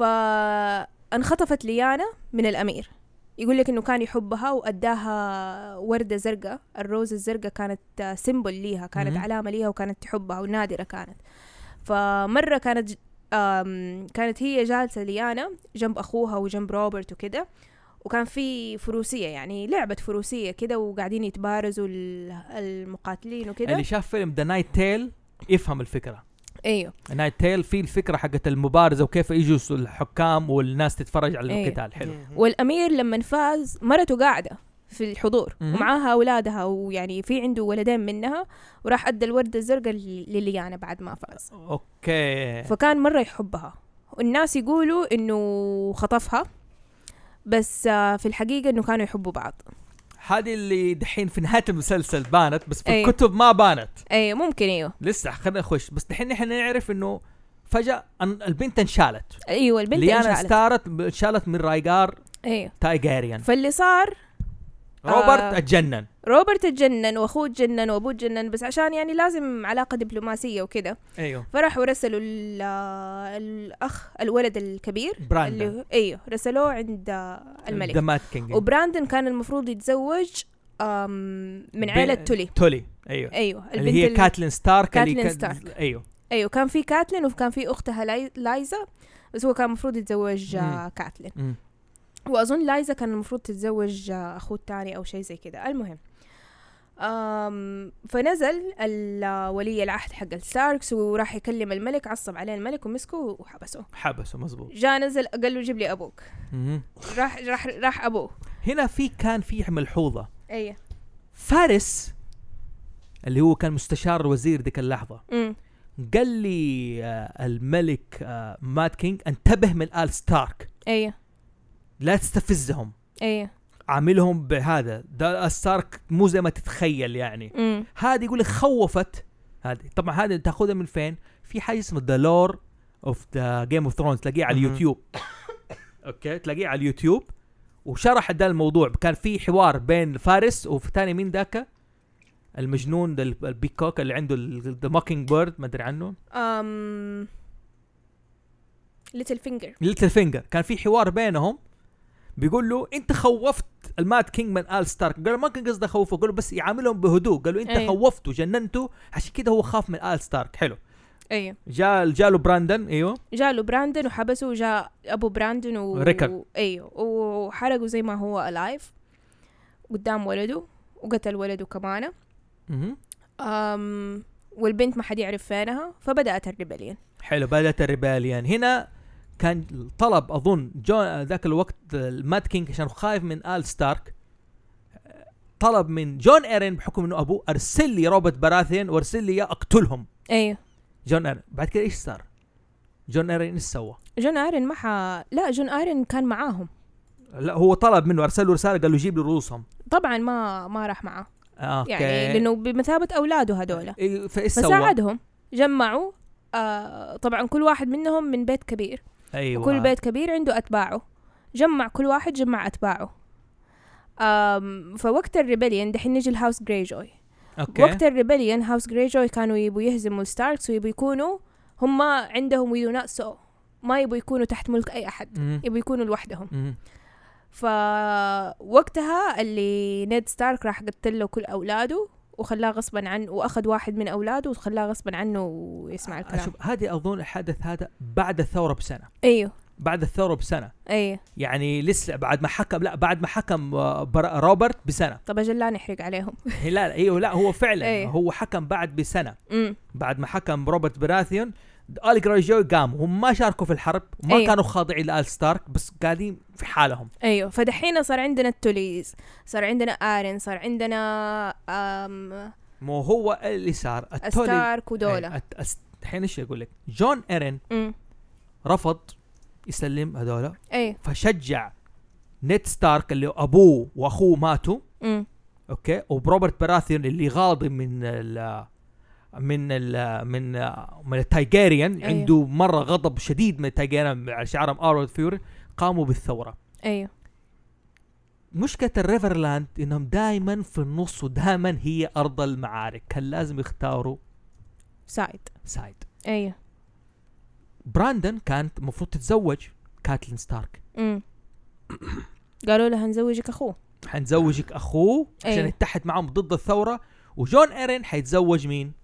فانخطفت ليانا من الأمير، يقول لك إنه كان يحبها وأداها وردة زرقاء. الروز الزرقاء كانت سيمبل ليها، كانت علامة ليها وكانت تحبها ونادرة كانت. فمرة كانت هي جالسة ليانا جنب أخوها وجنب روبرت وكده، وكان في فروسية، يعني لعبة فروسية كده، وقاعدين يتبارزوا المقاتلين وكده. اللي شاف فيلم The Night Tale يفهم الفكرة. ايوه نايت تيل في الفكرة حقت المبارزة وكيف يجوا الحكام والناس تتفرج على أيوه. القتال. حلو. والأمير لما فاز مرته قاعدة في الحضور ومعاها أولادها، ويعني في عنده ولدين منها، وراح أدى الوردة الزرقاء لليانا بعد ما فاز. أوكي. فكان مرة يحبها، والناس يقولوا إنه خطفها، بس في الحقيقة إنه كانوا يحبوا بعض. هذه اللي دحين في نهاية المسلسل بانت، بس في الكتب ما بانت. أيوة ممكن. أيوة لسه خلينا نخش، بس دحين نحن نعرف إنه فجأة البنت انشالت. أيوة البنت ليانا انشالت من رايغار. أيوة تايجيريان. فاللي صار روبرت اتجنن واخوه اتجنن وابوه اتجنن، بس عشان يعني لازم علاقة دبلوماسية وكده. ايوه فرحوا رسلوا الاخ الولد الكبير براندن. ايوه رسلوه عند الملك. وبراندن كان المفروض يتزوج من عائلة تولي. ايوه اللي هي كاتلين ستارك. ايوه كان في كاتلين وكان في اختها لايزا، بس هو كان المفروض يتزوج كاتلين. وأظن لايزا كان المفروض تتزوج أخوه الثاني أو شيء زي كده. المهم فنزل ولي العهد حق الستاركس وراح يكلم الملك، عصب عليه الملك ومسكه وحبسه. مظبوط. جاء نزل قال له جيب لي أبوك. راح أبوه. هنا كان في ملحوظة. أيه. فارس اللي هو كان مستشار الوزير ذيك اللحظة قال لي الملك مات كينج انتبه من آل ستارك. أيه. لا تستفزهم. ايه عاملهم بهذا ده ستارك مو زي ما تتخيل يعني. هذه يقول لك خوفت. هذه طبعا هذه تاخذها من فين؟ في حاجه اسمها ذا لور اوف ذا جيم اوف ثرونز، تلاقيه على اليوتيوب. اوكي تلاقيه على اليوتيوب وشرح ده الموضوع. كان في حوار بين فارس وثاني مين ذاك المجنون ده البيكوك اللي عنده ذا موكينج بيرد، ما ادري عنه. ليتل فينجر. كان في حوار بينهم بيقول له انت خوفت المات كينج من آل ستارك. قال ما كان قصده خوفه، قال له بس يعاملهم بهدوء. قال له انت خوفته جننته عشان كده هو خاف من آل ستارك. حلو. ايوه جاله براندن. ايوه جاله براندن وحبسه، وجاء ابو براندن ريكارد. ايوه وحرقه زي ما هو الايف قدام ولده، وقتل ولده كمان. والبنت ما حد يعرف فينها، فبدأت الريبليون. حلو. بدأت الريبليون. هنا كان طلب أظن جون ذاك الوقت المات كينج عشان خايف من آل ستارك، طلب من جون إيرين بحكم إنه أبوه أرسل لي روبرت براثيان وأرسل لي أقتلهم. أيوه جون إيرين. بعد كده إيش صار؟ جون إيرين إيش سوى؟ جون إيرين لا جون إيرين كان معاهم. لا هو طلب منه، أرسل له رسالة قال له جيب لي رؤوسهم. طبعا ما راح معه. يعني لأنه بمثابة أولاده هذولا. فساعدهم، جمعوا طبعا كل واحد منهم من بيت كبير. أيوة. كل بيت كبير عنده أتباعه، جمع كل واحد جمع أتباعه. فوقت الريبليون دحين نجي الهاوس جريجوي. وقت الريبليون هاوس جريجوي كانوا يبوا يهزموا ستاركس، ويبوا يكونوا هم عندهم ويوناسو، ما يبوا يكونوا تحت ملك أي أحد، يبوا يكونوا لوحدهم. فوقتها اللي نيد ستارك راح قتل له كل أولاده وخلاه غصبا عنه، واخذ واحد من اولاده وخلاه غصبا عنه ويسمع الكلام. شوف هذه اظن الحدث هذا بعد الثوره بسنه. ايوه بعد الثوره بسنه. ايوه يعني لسه بعد ما حكم، لا بعد ما حكم روبرت بسنه. طب اجل لا نحرق عليهم. لا ايوه لا هو فعلا أيه. هو حكم بعد بسنه. بعد ما حكم روبرت براثيون آل جرايجوي قاموا هم ما شاركوا في الحرب وما أيوه. كانوا خاضعين لآل ستارك بس قاعدين في حالهم. ايوه فدحين صار عندنا التوليز، صار عندنا آرين، صار عندنا مو هو اللي صار ستارك ودولة. الحين ايش اقول لك، جون ايرين رفض يسلم هذولا. ايوه فشجع نيد ستارك اللي ابوه واخوه ماتوا. اوكي وبروبرت براثيون اللي غاضب من التايجيريان. أيوه. عنده مره غضب شديد من التايجيريان على شعرهم ارود فيوري. قاموا بالثوره. ايوه مشكله الريفرلاند انهم دائما في النص ودائما هي ارض المعارك. كان لازم يختاروا سايد. ايوه براندن كانت المفروض تتزوج كاتلين ستارك. قالوا له هنزوجك اخوه، حنزوجك اخوه عشان أيوه. يتحد معهم ضد الثوره. وجون ايرين حيتزوج مين؟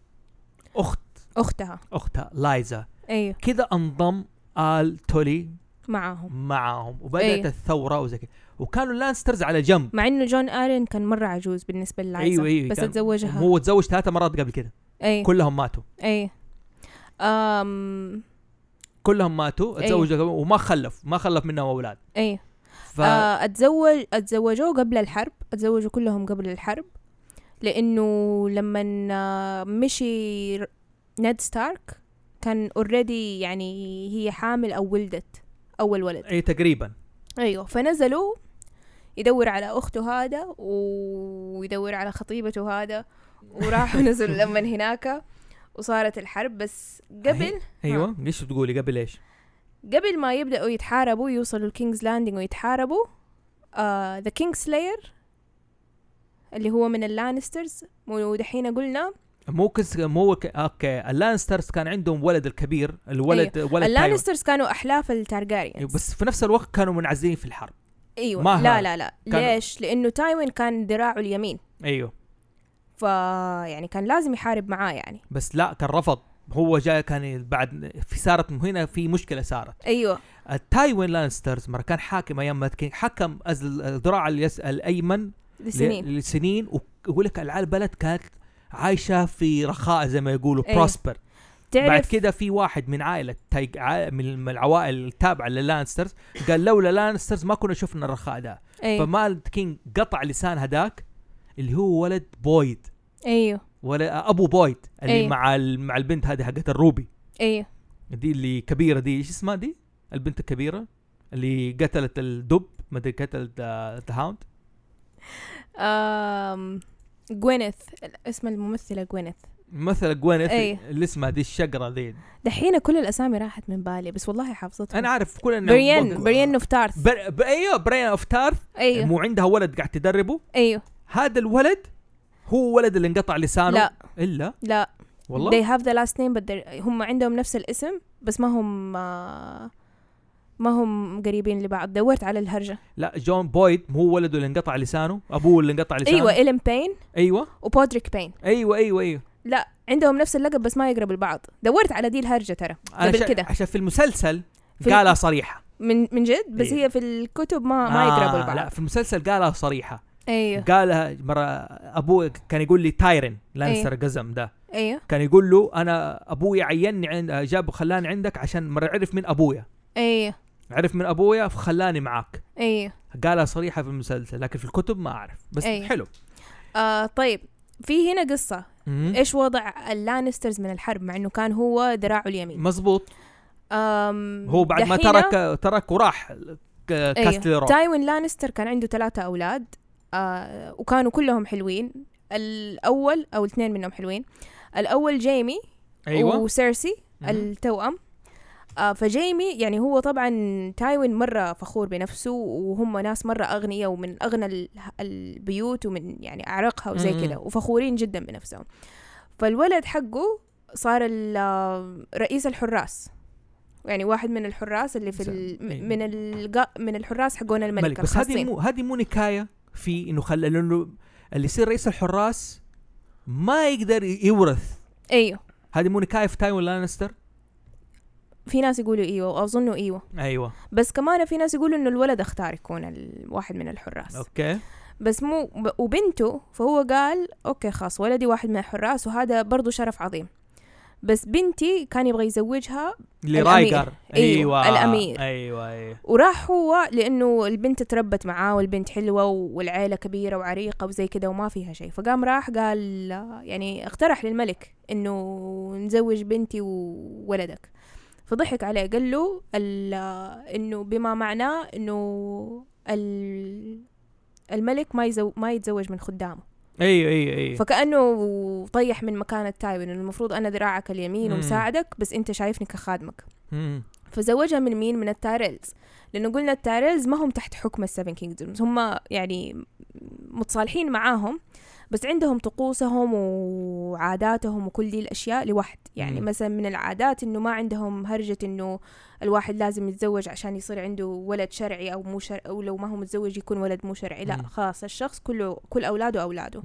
اختها لايزا. ايوه كذا انضم آل تولي معاهم وبدأت أيوه. الثورة وزي كذا. وكانوا لانسترز على جنب، مع انه جون آرين كان مرة عجوز بالنسبة للايزا. أيوه بس اتزوجها هو تزوج 3 مرات قبل كده. أيوه. كلهم ماتوا. ايوه كلهم ماتوا. اتزوج أيوه. وما خلف منهم اولاد. ايوه اتزوجوا قبل الحرب، اتزوجوا كلهم قبل الحرب، لانه لما مشي نيد ستارك كان اوريدي يعني هي حامل او ولدت اول ولد. اي تقريبا. ايوه فنزلوا يدور على اخته هذا ويدور على خطيبته هذا وراحوا نزلوا لما هناك وصارت الحرب. بس قبل ايوه ليش بتقولي قبل ايش؟ قبل ما يبدأوا يتحاربوا يوصلوا الكينجز لاندنج ويتحاربوا ذا كينج سلاير اللي هو من اللانسترز. ودحين قلنا اوكي اللانسترز كان عندهم ولد الكبير الولد. أيوه. ولد اللانسترز كانوا احلاف التارجاريانز بس في نفس الوقت كانوا منعزلين في الحرب. ايوه لا ليش؟ لانه تايوين كان ذراعه اليمين. ايوه يعني كان لازم يحارب معاه يعني. بس لا كان رفض. هو جاء كان بعد في صارت هنا في مشكله صارت. ايوه التايوين لانسترز مره كان حاكم ايام ما كان حكم الذراع الايمن لسنين. ويقول لك البلد كانت عايشه في رخاء زي ما يقولوا بروسبر. بعد كده في واحد من عائله من العوائل التابعه للانسترز قال لولا لانسترز ما كنا شفنا الرخاء ده. فمال كينج قطع لسان هداك اللي هو ولد بويد. ايوه ولا ابو بويد اللي مع البنت هذه حقت الروبي. ايوه دي اللي كبيره دي ايش اسمها دي البنت الكبيره اللي قتلت الدب ما ادري قتلت الهاوند. جوينث اسم الممثله جوينث. مثلا جوينث اللي اسمها دي الشقره دي. دحين كل الاسامي راحت من بالي بس والله حافظتها. انا عارف كل بريان اوف تارث. ايوه بريان اوف تارث. أيوه. مو عندها ولد قاعد تدربه. ايوه هذا الولد هو ولد اللي انقطع لسانه. لا والله they have the last name but هم عندهم نفس الاسم بس ما هم قريبين لبعض. دورت على الهرجة. لا جون بويد هو ولده اللي انقطع لسانه. ابوه اللي انقطع لسانه. ايوه إيلين بين. ايوه وبودريك بين. ايوه لا عندهم نفس اللقب بس ما يقرب لبعض. دورت على دي الهرجة ترى قبل كده عشان في المسلسل قالها صريحة من جد بس هي في الكتب ما يقربوا لبعض. لا في المسلسل قالها صريحة. ايوه قالها مرة ابوه كان يقول لي تايرن لانستر قزم ده. ايوه كان يقول له انا ابويا عيني جاب خلاني عندك عشان مرة عرف من ابويا. ايوه عرف من ابويا فخلاني معاك. ايوه قالها صريحة في المسلسل لكن في الكتب ما اعرف بس حلو. طيب في هنا قصة ايش وضع اللانسترز من الحرب مع انه كان هو ذراعه اليمين. مزبوط. هو بعد ما ترك وراح كاستل روك. تايوين لانستر كان عنده 3 أولاد وكانوا كلهم حلوين. الأول أو 2 منهم حلوين. الأول جيمي. أيوة. وسيرسي التوأم. فجيمي يعني هو طبعا تايوين مرة فخور بنفسه وهم ناس مرة أغنياء ومن أغنى البيوت ومن يعني أعرقها وزي كده وفخورين جدا بنفسهم. فالولد حقه صار رئيس الحراس يعني واحد من الحراس اللي في من الحراس حقون الملك. بس هذه مو نكاية في إنه خلى لأنه اللي يصير رئيس الحراس ما يقدر يورث. ايوه هذه مونيكاي في تايوين لانستر. في ناس يقولوا ايوه واظنوا ايوه بس كمان في ناس يقولوا انه الولد اختار يكون واحد من الحراس. اوكي بس مو وبنته، فهو قال اوكي خلاص ولدي واحد من الحراس وهذا برضو شرف عظيم. بس بنتي كان يبغى يزوجها لرايجر. ايوه الامير. ايوه وراح هو لانه البنت تربت معاه والبنت حلوه والعيله كبيره وعريقه وزي كده وما فيها شيء، فقام راح قال يعني اقترح للملك انه نزوج بنتي وولدك. فضحك عليه قال له انه بما معناه انه الملك ما يتزوج من خدامه. ايوه فكأنه طيح من مكانة تايوين، المفروض انا ذراعك اليمين ومساعدك بس انت شايفني كخادمك. فزوجها من مين؟ من التايريلز، لانه قلنا التايريلز ما هم تحت حكم السفن كينجدومز، هم يعني متصالحين معاهم بس عندهم طقوسهم وعاداتهم وكل دي الاشياء لوحد. يعني مثلا من العادات انه ما عندهم هرجة انه الواحد لازم يتزوج عشان يصير عنده ولد شرعي او مو شرعي، او لو ما هو متزوج يكون ولد مو شرعي. لا خلاص الشخص كل اولاده.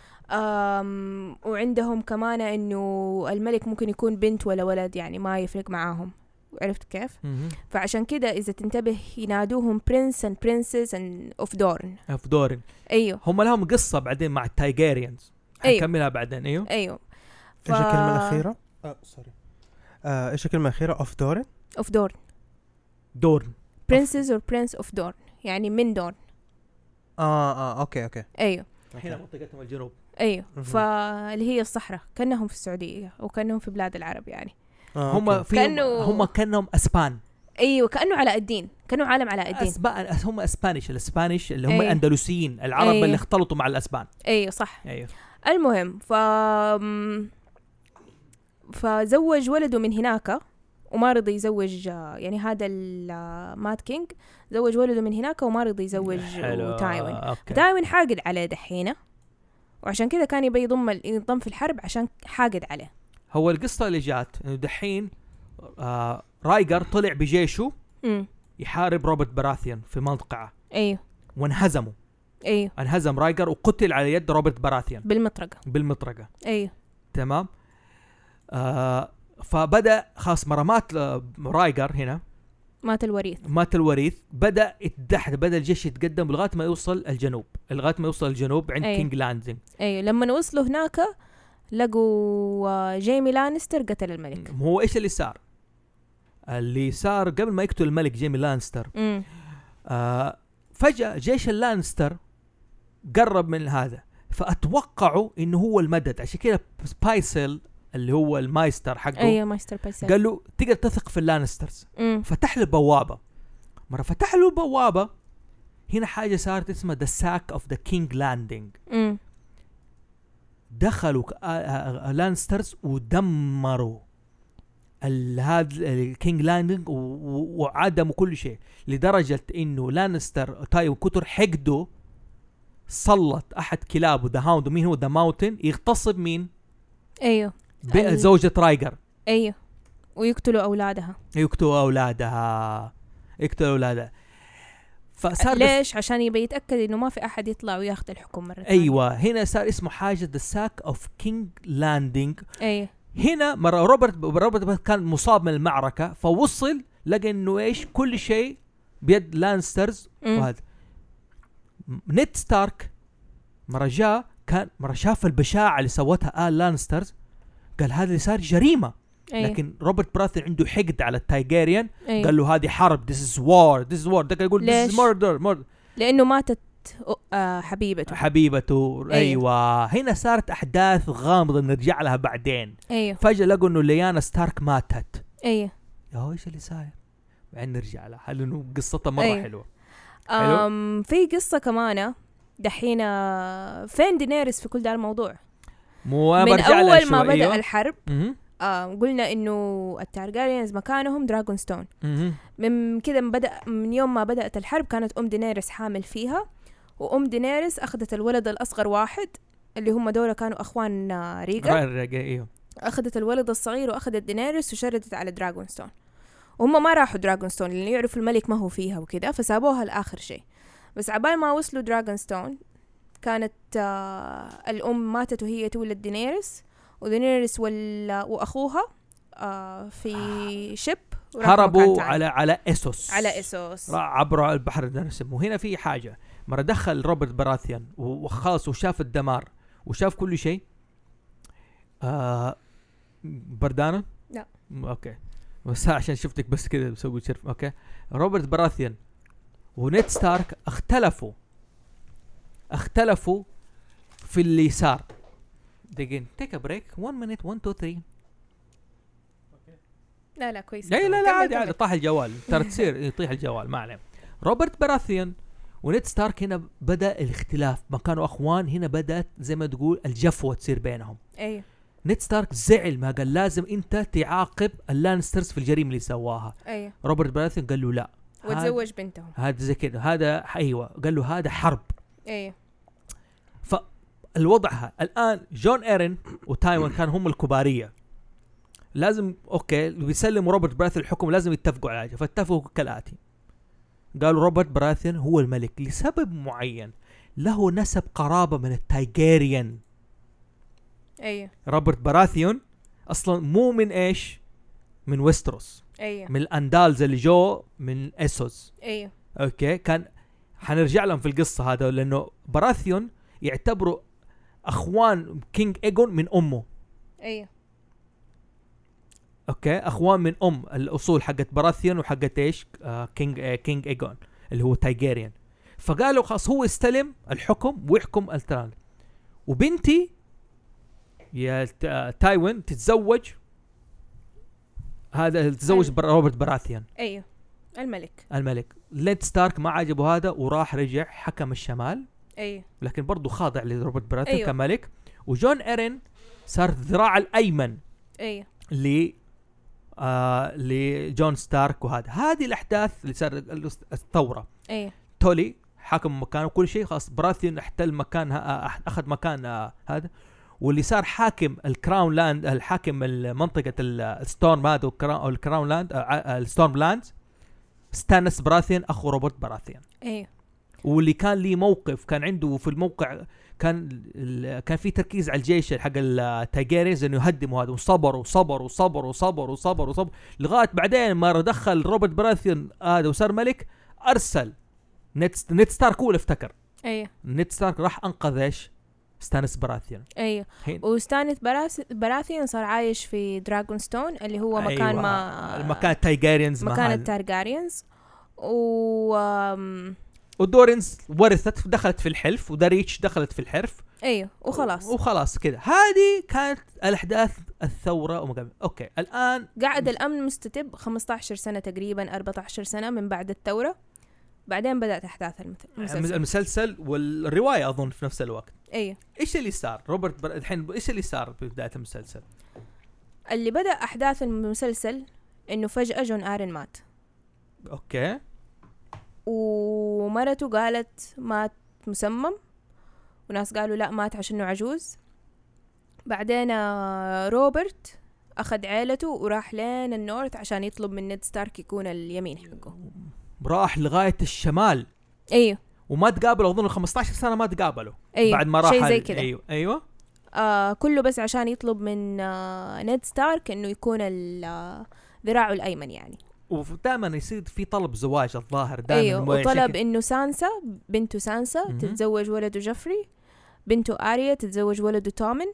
وعندهم كمان انه الملك ممكن يكون بنت ولا ولد، يعني ما يفرق معاهم. عرفت كيف؟ فعشان كده إذا تنتبه ينادوهم برنس and princess and of Dorne. أيوه هم لهم قصة بعدين مع التايجيريانز هنكملها بعدين. أيوه إيش الكلمة الأخيرة؟ سوري إيش الكلمة الأخيرة؟ of Dorne princess or prince of Dorne، يعني من دورن. أوكي أيوه هنا منطقتهم الجنوب. أيوه فاللي هي الصحراء، كأنهم في السعودية وكأنهم في بلاد العرب يعني. هم كأنهم أسبان. ايوه كانه علاء الدين، كانوا عالم علاء الدين. هم الاسبانيش اللي هم الاندلسيين العرب اللي اختلطوا مع الاسبان. ايوه صح. ايوه المهم فزوج ولده من هناك وما رضي يزوج، يعني هذا المات كينج زوج ولده من هناك وما رضي يزوج تايوين. تايوين حاقد عليه دحينه، وعشان كذا كان يبي ينضم في الحرب عشان حاقد عليه. هو القصة اللي جات انه دحين رايجر طلع بجيشه يحارب روبرت براثيان في منطقة. ايوه وانهزموا. ايوه انهزم رايجر وقتل على يد روبرت براثيان بالمطرقة. ايوه تمام. فبدأ خاص مرمات رايجر هنا مات الوريث بدأ الجيش يتقدم لغاية ما يوصل الجنوب عند كينج لاندينج. ايوه لما وصلوا هناك لقوا جيمي لانستر قتل الملك. هو ايش اللي صار قبل ما يقتل الملك جيمي لانستر؟ فجأة جيش اللانستر قرب من هذا، فأتوقعوا إنه هو المدد. عشان كده بايسل اللي هو المايستر حقه، ايوه مايستر بايسل، قال له تقدر تثق في اللانسترز. فتح له بوابة. مرة فتح له بوابة هنا حاجة صارت اسمها The Sack of the King Landing. دخلوا لانسترز ودمروا هذا الكينج لاندنج وعدموا كل شيء، لدرجة انه لانستر تايو كتر حقده سلط احد كلابه ذا هاوند. ومين هو ذا ماونتن؟ يغتصب مين؟ ايوه زوجة رايجر. ايوه ويقتلوا اولادها. فصار ليش؟ عشان يبي يتأكد انه ما في احد يطلع وياخذ الحكم مرة ثانية. ايوه هنا صار اسمه حاجة The Sack of King Landing. ايوه هنا مرة روبرت كان مصاب من المعركة، فوصل لقى انه ايش كل شيء بيد لانسترز. وهذا نيد ستارك مرة جاء مرة شاف البشاعة اللي سوتها لانسترز، قال هذا اللي صار جريمة. لكن روبرت براثيان عنده حقد على التايجيريان. قال له هذه حرب، this is war. ده يقول this is murder. لأنه ماتت حبيبته. أيوة هنا صارت أحداث غامضة نرجع لها بعدين. فجأة لقوا إنه ليانا ستارك ماتت. إيش اللي صاير؟ بعدين نرجع لها لأنه قصتها مرة حلوة. في قصة كمان دحين فين دينيريس في كل ده الموضوع؟ من أول ما بدأ الحرب قلنا إنه التارجاريانز مكانهم دراغون ستون. من كده من يوم ما بدأت الحرب كانت دينيريس حامل فيها، دينيريس أخذت الولد الأصغر واحد اللي هم دولة كانوا أخوان ريغا. أخذت الولد الصغير وأخذت دينيريس وشردت على دراغون ستون. وهم ما راحوا دراغون ستون لأن يعرفوا الملك ما هو فيها وكده، فسابوها لآخر شيء. بس عبال ما وصلوا دراغون ستون كانت الأم ماتت وهي تولد دينيريس، ودينيريس وأخوها في شب هربوا على إسوس، عبروا البحر الدرسم. وهنا في حاجة، مرة دخل روبرت براثيان وخلاص وشاف الدمار وشاف كل شيء. بردانة؟ لا اوكي، بس عشان شفتك بس كده بسوي شرف. اوكي، روبرت براثيان ونيد ستارك اختلفوا في اللي صار. دقيقين، تيك ا بريك 1 minute 1 2 3. لا كويس. لا عادي طاح الجوال ترى تصير يطيح الجوال ما عليه. روبرت براثيان ونيد ستارك هنا بدأ الاختلاف، ما كانوا اخوان، هنا بدأت زي ما تقول الجفوة تصير بينهم. ايوه، نيد ستارك زعل، ما قال لازم انت تعاقب اللانسترز في الجريمة اللي سواها. ايوه، روبرت براثيان قال له لا وتزوج بنتهم، هذا زي كده، هذا ايوه، قال له هذا حرب. ايوه، فالوضع الان جون ايرين وتايوان كان هم الكبارية، لازم اوكي بيسلموا روبرت براثيان الحكم، لازم يتفقوا على حاجه. فاتفقوا كالاتي، قالوا روبرت براثيان هو الملك لسبب معين، له نسب قرابه من التايجيريان. ايوه، روبرت براثيان اصلا مو من ايش، من ويستروس، ايوه، من الاندالز اللي جو من اسوس. ايوه، اوكي، كان حنرجع لهم في القصه هذا، لانه براثيان يعتبروا اخوان كينج ايجون من امه. ايوه، اوكي، اخوان من الاصول حقت براثيان وحقت ايش كينج ايجون اللي هو تايجيريان. فقالوا خلاص هو يستلم الحكم ويحكم التران، وبنتي يا تايوان تتزوج روبرت براثيان. ايوه، الملك. نيد ستارك ما عجبه هذا وراح رجع حكم الشمال. ايوه، لكن برضو خاضع لروبرت براثيان. أيوه. كملك. وجون ايرين صار الذراع الايمن. ايوه، لجون ستارك. هذه الأحداث اللي صار الثورة. ايه، تولي حاكم مكانه كل شيء، خلاص براثيان احتل مكان أخذ مكان هذا. واللي صار حاكم الكراون لاند، الحاكم منطقة الستورم هذا والكراون لاند، الستورم لاند، ستانس براثيان أخو روبرت براثيان. ايه، واللي كان لي موقف كان عنده في الموقع، كان في تركيز على الجيش حق التايجيريز انه يهدموا هذا، وصبروا لغايه بعدين ما دخل روبرت براثيان هذا وصار ملك، ارسل نيد ستارك هو اللي افتكر. ايوه، نيد ستارك راح انقذ ايش ستانس براثيان. ايوه، وستانس براثيان صار عايش في دراغون ستون اللي هو مكان مكان التايجيريانز، مكان التارجاريانز. ودورينز ورثت دخلت في الحلف، وداريتش دخلت في الحرف. ايوه، وخلاص كده. هذه كانت الاحداث الثوره. اوكي، الان قاعد الامن مستتب 15 سنه تقريبا، 14 سنه من بعد الثوره. بعدين بدات احداث المسلسل والروايه اظن في نفس الوقت. ايوه، ايش اللي صار الحين ايش اللي صار في بدايه المسلسل؟ اللي بدا احداث المسلسل انه فجاه جون آرين مات. اوكي، ومرته قالت مات مسمم، وناس قالوا لا مات عشانه عجوز. بعدين روبرت أخذ عائلته وراح لين النورث عشان يطلب من نيد ستارك يكون اليمين حقه. راح لغاية الشمال. ايوه، وما تقابلوا اظن 15 سنة ما تقابلوا. أيوه. بعد ما راح شيء زي كده. ايوه كله بس عشان يطلب من نيد ستارك انه يكون ذراعه الايمن يعني. ودائما يصير في طلب زواج الظاهر دائما. ايوه، وطلب انه سانسا بنته سانسا تتزوج ولده جفري، بنته آريا تتزوج ولده تومن،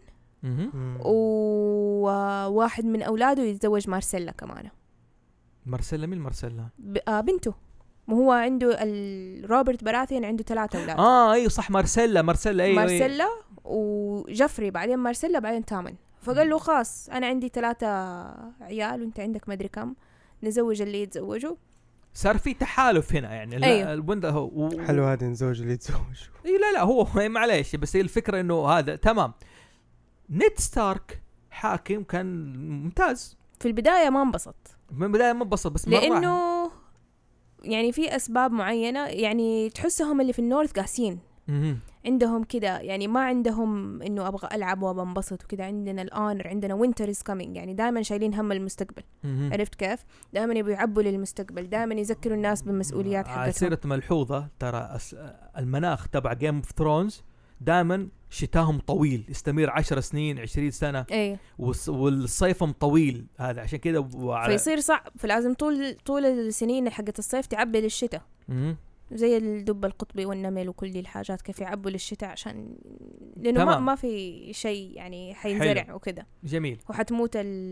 وواحد من اولاده يتزوج مارسيلا كمان. مارسيلا مين مارسيلا؟ بنته. وهو عنده روبرت براثيان عنده 3 اولاد. ايوه صح، مارسيلا ايوه مارسيلا وجفري، بعدين مارسيلا، بعدين تومن. فقال له خلاص انا عندي 3 عيال وانت عندك مدري كم، نزوج اللي يتزوجوا. صار في تحالف هنا يعني. أيوه. البنده هو حلو هذا نزوج اللي يتزوج. لا هو معليش، بس هي الفكره انه هذا تمام. نيد ستارك حاكم كان ممتاز في البدايه، ما انبسط من البدايه، ما انبسط بس لانه يعني في اسباب معينه، يعني تحسهم اللي في النورث قاسين. عندهم كده يعني، ما عندهم انه ابغى العب وبنبسط وكده. عندنا الانر، عندنا وينتر از كامينج، يعني دائما شايلين هم المستقبل. عرفت كيف؟ دائما يبغوا يعبوا للمستقبل، دائما يذكروا الناس بالمسؤوليات حقتهم. سيرة ملحوظه ترى المناخ تبع جيم اوف ثرونز دائما شتاهم طويل يستمر 10 سنين 20 سنة ايه والصيفهم طويل هذا عشان كده فيصير صعب فلازم طول السنين حقت الصيف تعبي للشتاء زي الدب القطبي والنمل وكل دي الحاجات كيف يعبوا للشتاء عشان لأنه ما في شيء يعني حينزرع وكده. جميل. وحتموت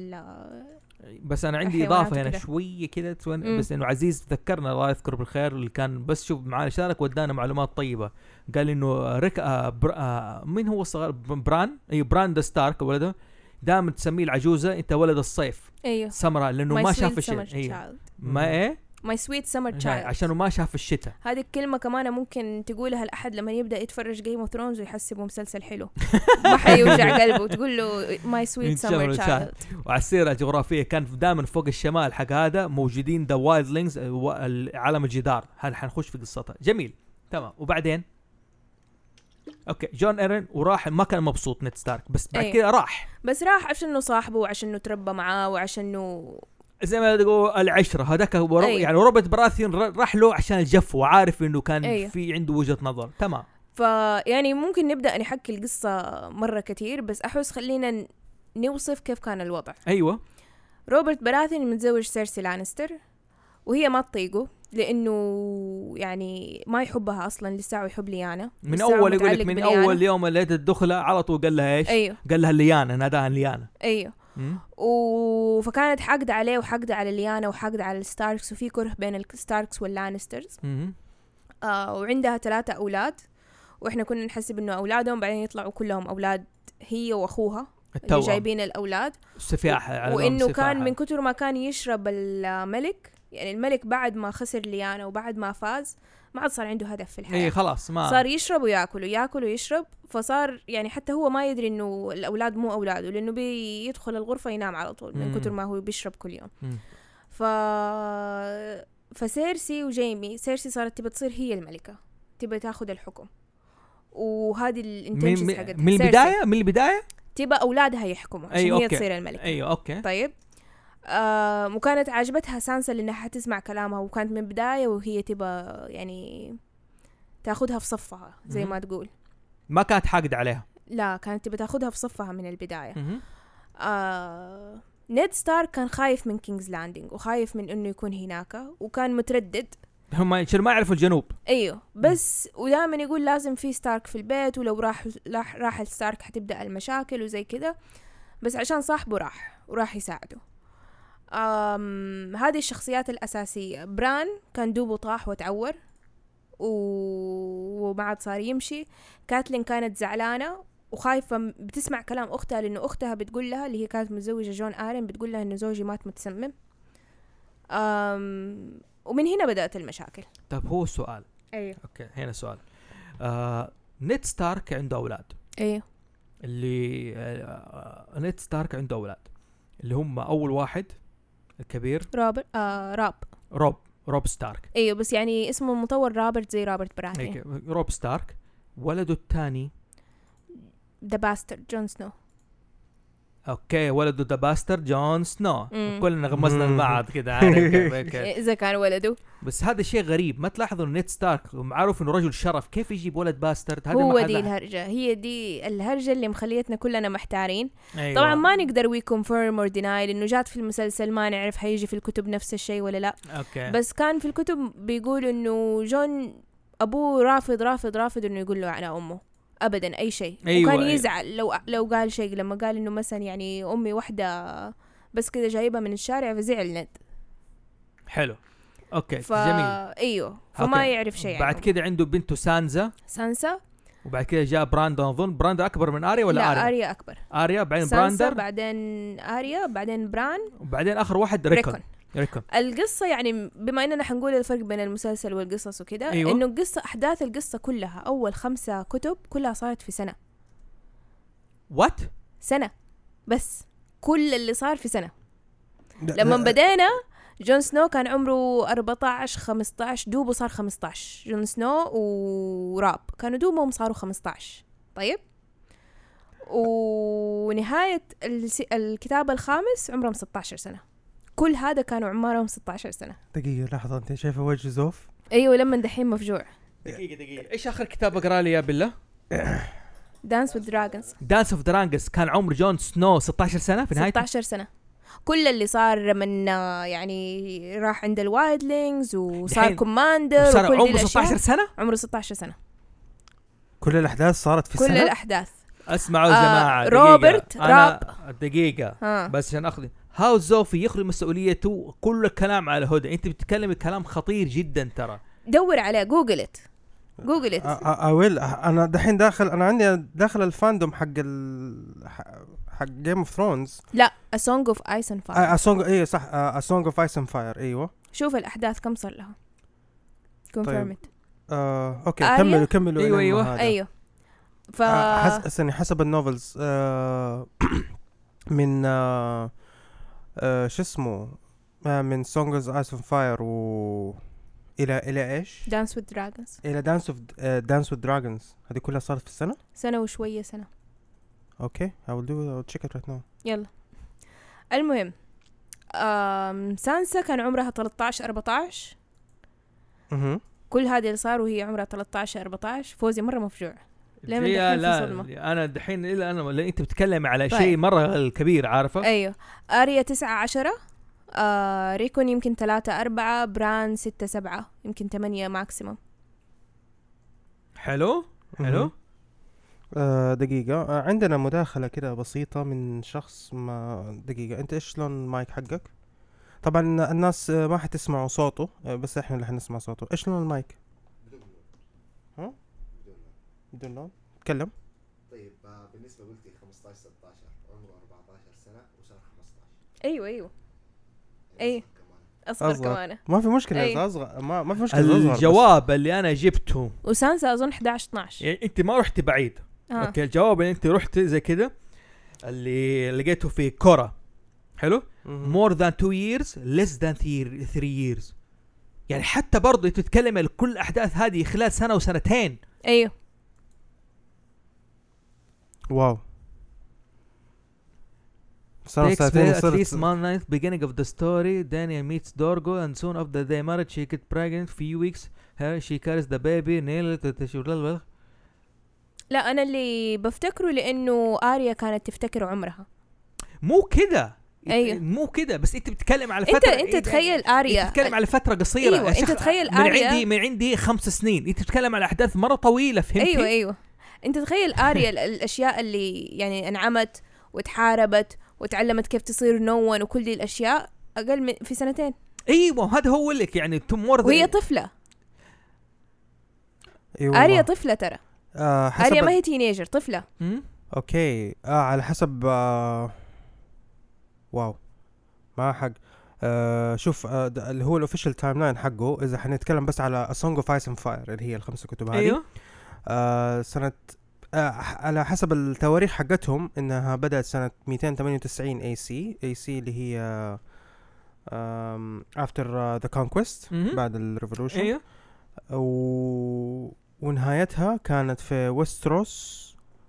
بس أنا عندي إضافة هنا شوية كده بس إنه عزيز ذكرنا الله يذكر بالخير اللي كان بس شوف معنا شارك ودانا معلومات طيبة. قال إنه مين هو الصغير بران دا ستارك ولده دائما تسميه العجوزة أنت ولد الصيف. أيوه. سمرة لأنه ما شاف الشيء. أيوه. ما إيه؟ My sweet summer child. عشانه ما شاف الشتاء. هذه الكلمة كمان ممكن تقولها الأحد لما يبدأ يتفرج Game of Thrones ويحسبه مسلسل حلو. ما حيوجع قلبه وتقول له my sweet summer child. وعلى السيرة الجغرافية كان دائما فوق الشمال حق هذا موجودين the wildlings عالم الجدار. هل حنخش في قصتها. جميل. تمام. وبعدين اوكي جون ايرن وراح ما كان مبسوط نيد ستارك بس بعد كده راح. بس راح عشانه صاحبه وعشانه تربى معاه وعشانه زي ما تقول العشرة هذاك يعني روبرت براثيون راح له عشان الجف وعارف انه كان في عنده وجهة نظر. تمام. فيعني ممكن نبدأ نحكي القصة مرة كتير بس أحس خلينا نوصف كيف كان الوضع. أيوة. روبرت براثيون متزوج سيرسي لانستر وهي ما تطيقه لأنه يعني ما يحبها أصلا لسه يحب ليانا من أول يقولك من أول يوم اللي الدخلة على طول قال لها إيش؟ أيوه. قال لها ليانا ناداها ليانا. أيوه. فكانت حقد عليه وحقد على ليانا وحقد على الستاركس وفي كره بين الستاركس واللانسترز. وعندها 3 أولاد وإحنا كنا نحسب إنه أولادهم بعدين يطلعوا كلهم أولاد هي وأخوها اللي جايبين الأولاد السفاحة وإنه كان من كتر ما كان يشرب الملك يعني الملك بعد ما خسر ليانا وبعد ما فاز ما عاد صار عنده هدف في الحياة. إيه خلاص ما صار يشرب ويأكل ويشرب فصار يعني حتى هو ما يدري إنه الأولاد مو أولاده لأنه بيدخل الغرفة ينام على طول من كتر ما هو بيشرب كل يوم. فسيرسي وجيمي سيرسي صارت تبى تصير هي الملكة تبى تاخذ الحكم وهذه الانتنشنز حقتها من البداية تبى أولادها يحكموا عشان هي تصير الملكة. أيوة أوكي. طيب وكانت عجبتها سانسا لأنها حتسمع كلامها وكانت من بداية وهي تبى يعني تاخدها في صفها زي ما تقول. ما كانت حاقد عليها. لا كانت تبى تاخدها في صفها من البداية. نيد ستارك كان خايف من كينجز لاندينج وخايف من إنه يكون هناك وكان متردد. هم ما يعرفوا الجنوب. أيوه بس ودائما يقول لازم في ستارك في البيت ولو راح الستارك حتبدأ المشاكل وزي كده بس عشان صاحبه راح يساعده. هذه الشخصيات الأساسية. بران كان دوبه طاح وتعور وما عاد صار يمشي. كاتلين كانت زعلانة وخايفة بتسمع كلام أختها لأنه أختها بتقول لها اللي هي كانت متزوجة جون آرين بتقول لها إنه زوجي مات متسمم. ومن هنا بدأت المشاكل. طب هو سؤال. أيوه. أوكي هنا سؤال. نيد ستارك عنده أولاد. أيوه. اللي نيد ستارك عنده أولاد اللي هم أول واحد الكبير روب ستارك. ايوه بس يعني اسمه مطور روبرت زي روبرت براثيون. روب ستارك. ولده الثاني ذا باستر جون سنو. اوكي ولده ذا باستر جون سنو. كلنا غمزنا بعض كده عارف اذا كان ولده. بس هذا شيء غريب ما تلاحظوا نيد ستارك معروف انه رجل شرف كيف يجيب ولد باسترد. هو دي الهرجه هي دي الهرجه اللي مخليتنا كلنا محتارين. أيوة. طبعا ما نقدر وي كونفيرم اور ديناي لانه جات في المسلسل ما نعرف حيجي في الكتب نفس الشيء ولا لا. أوكي. بس كان في الكتب بيقول انه جون ابوه رافض انه يقول له على امه ابدا اي شيء. أيوة. وكان يزعل لو قال شيء لما قال انه مثلا يعني امي واحده بس كده جايبها من الشارع فزعل نت. حلو اوكي جميل. ايوه فما أوكي. يعرف شيء. بعد كده عنده بنته سانسا وبعد كده جاء براندر. اظن براندر اكبر من اريا ولا لا اريا اكبر. اريا بعدين سانسا براندر بعدين اريا بعدين بران وبعدين اخر واحد ريكون. القصة يعني بما اننا حنقول الفرق بين المسلسل والقصص وكده. أيوة. انه القصة احداث القصة كلها اول 5 كتب كلها صارت في سنة. سنة بس كل اللي صار في سنة. لما بدينا جون سنو كان عمره 14-15 دوبه صار 15. جون سنو وراب كانوا دوبهم صاروا 15. طيب ونهاية الكتاب الخامس عمرهم 16 سنة. كل هذا كانوا عمرهم 16 سنة. دقيقة لحظة انت شايفة وجه زوف؟ ايوه لما دحين مفجوع. دقيقة ايش اخر كتاب اقرا لي يا بالله؟ دانس وذ دراجونز. دانس اوف دراجونز كان عمر جون سنو 16 سنة في نهايته. 16 سنة. كل اللي صار من يعني راح عند الوايدلينجز وصار كوماندر وصار عمره 16 سنة. عمره 16 سنة. كل الأحداث صارت في كل السنة. الأحداث. اسمعوا يا جماعة روبرت راب دقيقة بس عشان أخذ هاو زوفي يخرج مسؤوليته. كل الكلام على هدى. أنت بتتكلم كلام خطير جدا ترى. دور عليه جوجلت. أنا دحين داخل. أنا عندي داخل الفاندوم حق جيم اوف ثرونز. لا A Song of Ice and Fire. ايه صح. A Song of Ice and Fire. ايوه شوف الاحداث كم صار لها. طيب. اوكي كملوا ايوه حسب النوفلز من شو اسمه من Song of Ice and Fire الى ايش Dance with Dragons. الى Dance with Dragons. هذه كلها صارت في سنة وشوية سنة. اوكي I'll check it right now. يلا المهم سانسا كان عمرها 13-14. كل هذه اللي صار وهي عمرها 13-14. فوزي مرة مفجوع. لا انا دحين اللي انت بتتكلم على طيب. شيء مرة كبير عارفة. ايوه آريا 9-10. ريكون يمكن 3-4. بران 6-7 يمكن 8 ماكسيموم. حلو دقيقة عندنا مداخلة كده بسيطة من شخص. ما دقيقة انت ايش لون المايك حقك؟ طبعا الناس ما حتسمعوا صوته بس احنا اللي حنسمع صوته. ايش لون المايك؟ ها؟ بدون لون؟ تكلم. طيب بالنسبة قلتي 15-16 عمره 14 سنة وصار 15. ايوه أصغر كمان. ما في مشكلة أصغر. ما في مشكلة أصغر. الجواب اللي أنا جبته وسانسا أظن 11-12. يعني أنت ما رحت بعيد. أوكي الجواب اللي أنت رحت زي كده اللي لقيته في كورة. حلو. more than 2 years less than 3 years. يعني حتى برضو أنت تتكلم على كل الأحداث هذه خلال سنة وسنتين. أيوه واو. takes place at least month beginning of the story. Daniel meets Dorgo and soon after they married she gets pregnant few weeks her she carries the baby Neil. لا أنا اللي بفتكره لأنه آريا كانت تفتكر عمرها. مو كده. أيوه مو كده بس أنت بتتكلم على فترة. أنت تخيل آريا. أنت تتكلم على فترة قصيرة. أيوه أنت تخيل آريا من عندي 5 سنين. أنت تتكلم على أحداث مرة طويلة. فهمتي؟ أيوه أنت تخيل آريا الأشياء اللي يعني انعمت وتحاربت وتعلمت كيف تصير نون وكل دي الأشياء أقل من في 2 سنين. أيوة هذا هو لك يعني وهي طفلة. أيوة آريا طفلة ترى. آريا ما هي تينيجر طفلة. أوكي على حسب واو ما حق شوف اللي هو الأوفيشال تايم لاين حقه إذا حنتكلم بس على A Song of Ice and Fire اللي هي ال5 كتب هذه. أيوة. سنة على حسب التواريخ حقتهم انها بدأت سنة 298 AC اللي هي after the conquest بعد الريفولوشن. ايوه ونهايتها كانت في ويستروس.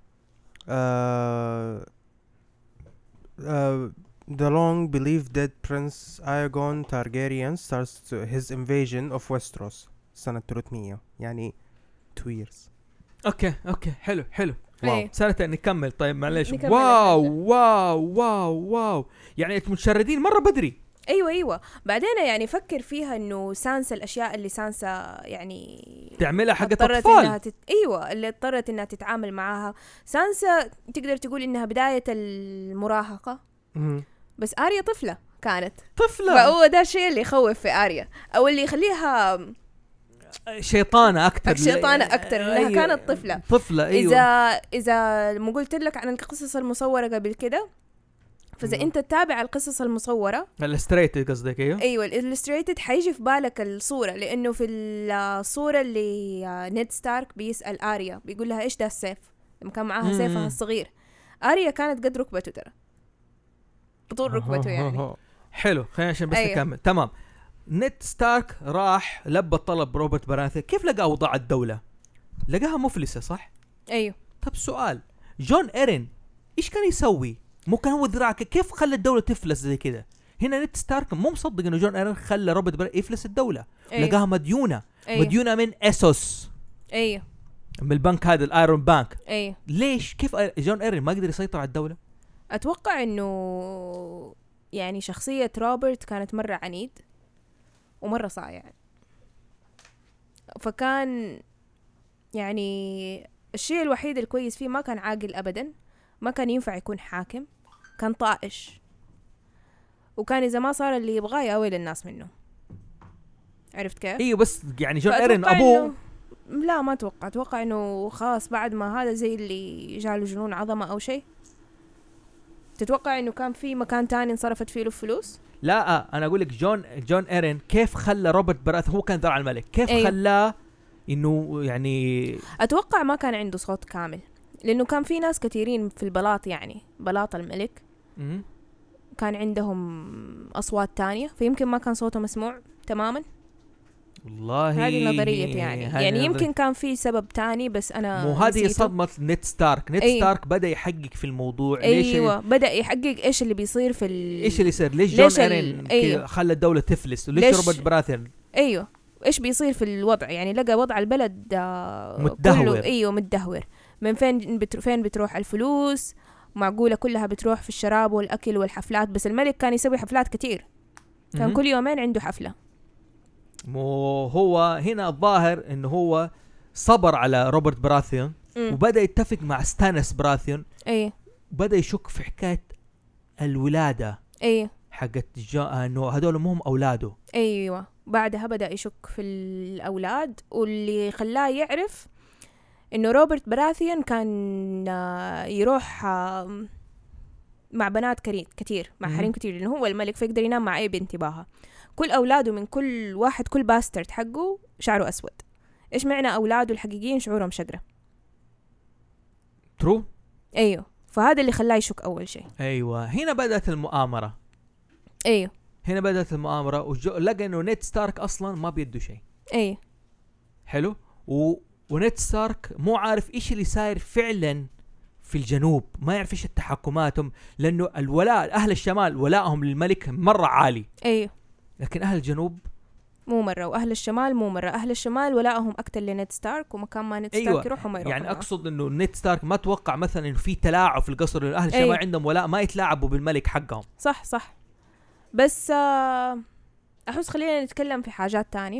The long believed dead prince Aegon Targaryen starts his invasion of Westeros سنة 300 يعني 2 years. اوكي حلو واو. سنة نكمل. طيب معليش. واو يعني متشردين مرة بدري. ايوه بعدين يعني فكر فيها انه سانسا الاشياء اللي سانسا يعني تعملها حقت اطفال. ايوه اللي اضطرت انها تتعامل معاها. سانسا تقدر تقول انها بداية المراهقة. بس آريا طفلة كانت فهو ده الشيء اللي يخوف في آريا او اللي يخليها شيطانة أكتر إنها كانت طفلة. أيوة. إذا ما قلت لك عن القصص المصورة قبل كده فإذا أنت تتابع القصص المصورة الإلستريتد قصدك. أيوة الإلستريتد حيجي في بالك الصورة لأنه في الصورة اللي نيد ستارك بيسأل آريا بيقول لها إيش ده السيف لما كان معاها سيفها الصغير. آريا كانت قد ركبته ترى بطول ركبته يعني. حلو خلينا عشان بس نكمل. تمام. نيد ستارك راح لبى طلب روبرت براثن. كيف لقى أوضاع الدولة؟ لقاها مفلسة صح؟ أيوه. طب سؤال جون إيرين إيش كان يسوي؟ مو كان هو ذراعه كيف خلى الدولة تفلس زي كده؟ هنا نيد ستارك مو مصدق إنه جون إيرين خلى روبرت براثن يفلس الدولة. أيوه. لقاها مديونة. أيوه. مديونة من أسوس. أيوه. من البنك هذا الايرون بانك. اي ليش كيف جون ايرين ما قدر يسيطر على الدولة؟ اتوقع انه يعني شخصية روبرت كانت مرة عنيد ومرة صايع، فكان يعني الشيء الوحيد الكويس فيه ما كان عاقل ابدا، ما كان ينفع يكون حاكم، كان طائش، وكان اذا ما صار اللي يبغاه ياوي للناس منه. عرفت كيف؟ ايوه بس يعني جون ايرين ابوه لا ما اتوقع انه خلاص بعد ما هذا زي اللي جاله جنون عظمة او شيء. تتوقع انه كان في مكان تاني انصرفت فيه له فلوس؟ لا انا اقول لك جون ايرين كيف خلى روبرت براث، هو كان ذرع الملك، كيف خلاه انه يعني اتوقع ما كان عنده صوت كامل، لانه كان في ناس كثيرين في البلاط، يعني بلاط الملك كان عندهم اصوات تانية، فيمكن ما كان صوته مسموع تماما. والله هذه نظرية يعني يمكن كان في سبب تاني بس انا مو هذه صدمة نيد ستارك. ستارك بدأ يحقق في الموضوع. ايوه بدأ يحقق ايش اللي بيصير في ايش اللي يصير، ليش جون ايرين خلى الدولة تفلس، وليش روبرت براثيون ايوه ايش بيصير في الوضع، يعني لقى وضع البلد متدهور. ايوه متدهور. من فين بتروح الفلوس؟ معقولة كلها بتروح في الشراب والاكل والحفلات، بس الملك كان يسوي حفلات كتير، كان كل يومين عنده حفلة. مو هو هنا الظاهر انه هو صبر على روبرت براثيون وبدأ يتفق مع ستانس براثيون. ايه بدأ يشك في حكاية الولادة. ايه حقت انه هذول مهم اولاده. ايوه بعدها بدأ يشك في الاولاد، واللي خلاه يعرف انه روبرت براثيون كان يروح مع بنات كتير مع حريم كتير، لانه هو الملك فيقدر ينام مع اي بنت يباها. كل اولاده من كل واحد، كل باسترد حقه شعره اسود. ايش معنى اولاده الحقيقيين شعورهم شقرة؟ ترو. ايوه فهذا اللي خلاه يشك اول شيء. ايوه هنا بدأت المؤامرة. ايوه هنا بدأت المؤامرة ولقى انه نيد ستارك اصلا ما بيده شيء. ايوه حلو. ونيد ستارك مو عارف ايش اللي صاير فعلا في الجنوب، ما يعرف ايش التحكماتهم، لانه الولاء اهل الشمال ولائهم للملك مرة عالي. ايوه لكن اهل الجنوب مو مرة، واهل الشمال مو مرة. اهل الشمال ولاءهم اكتر لنيد ستارك، ومكان ما نيد ستارك يروحوا ما يروحوا. يعني اقصد انه نيد ستارك ما توقع مثلا انه في تلاعب في القصر، لانه اهل الشمال عندهم ولاء ما يتلاعبوا بالملك حقهم. صح بس احس خلينا نتكلم في حاجات تانية.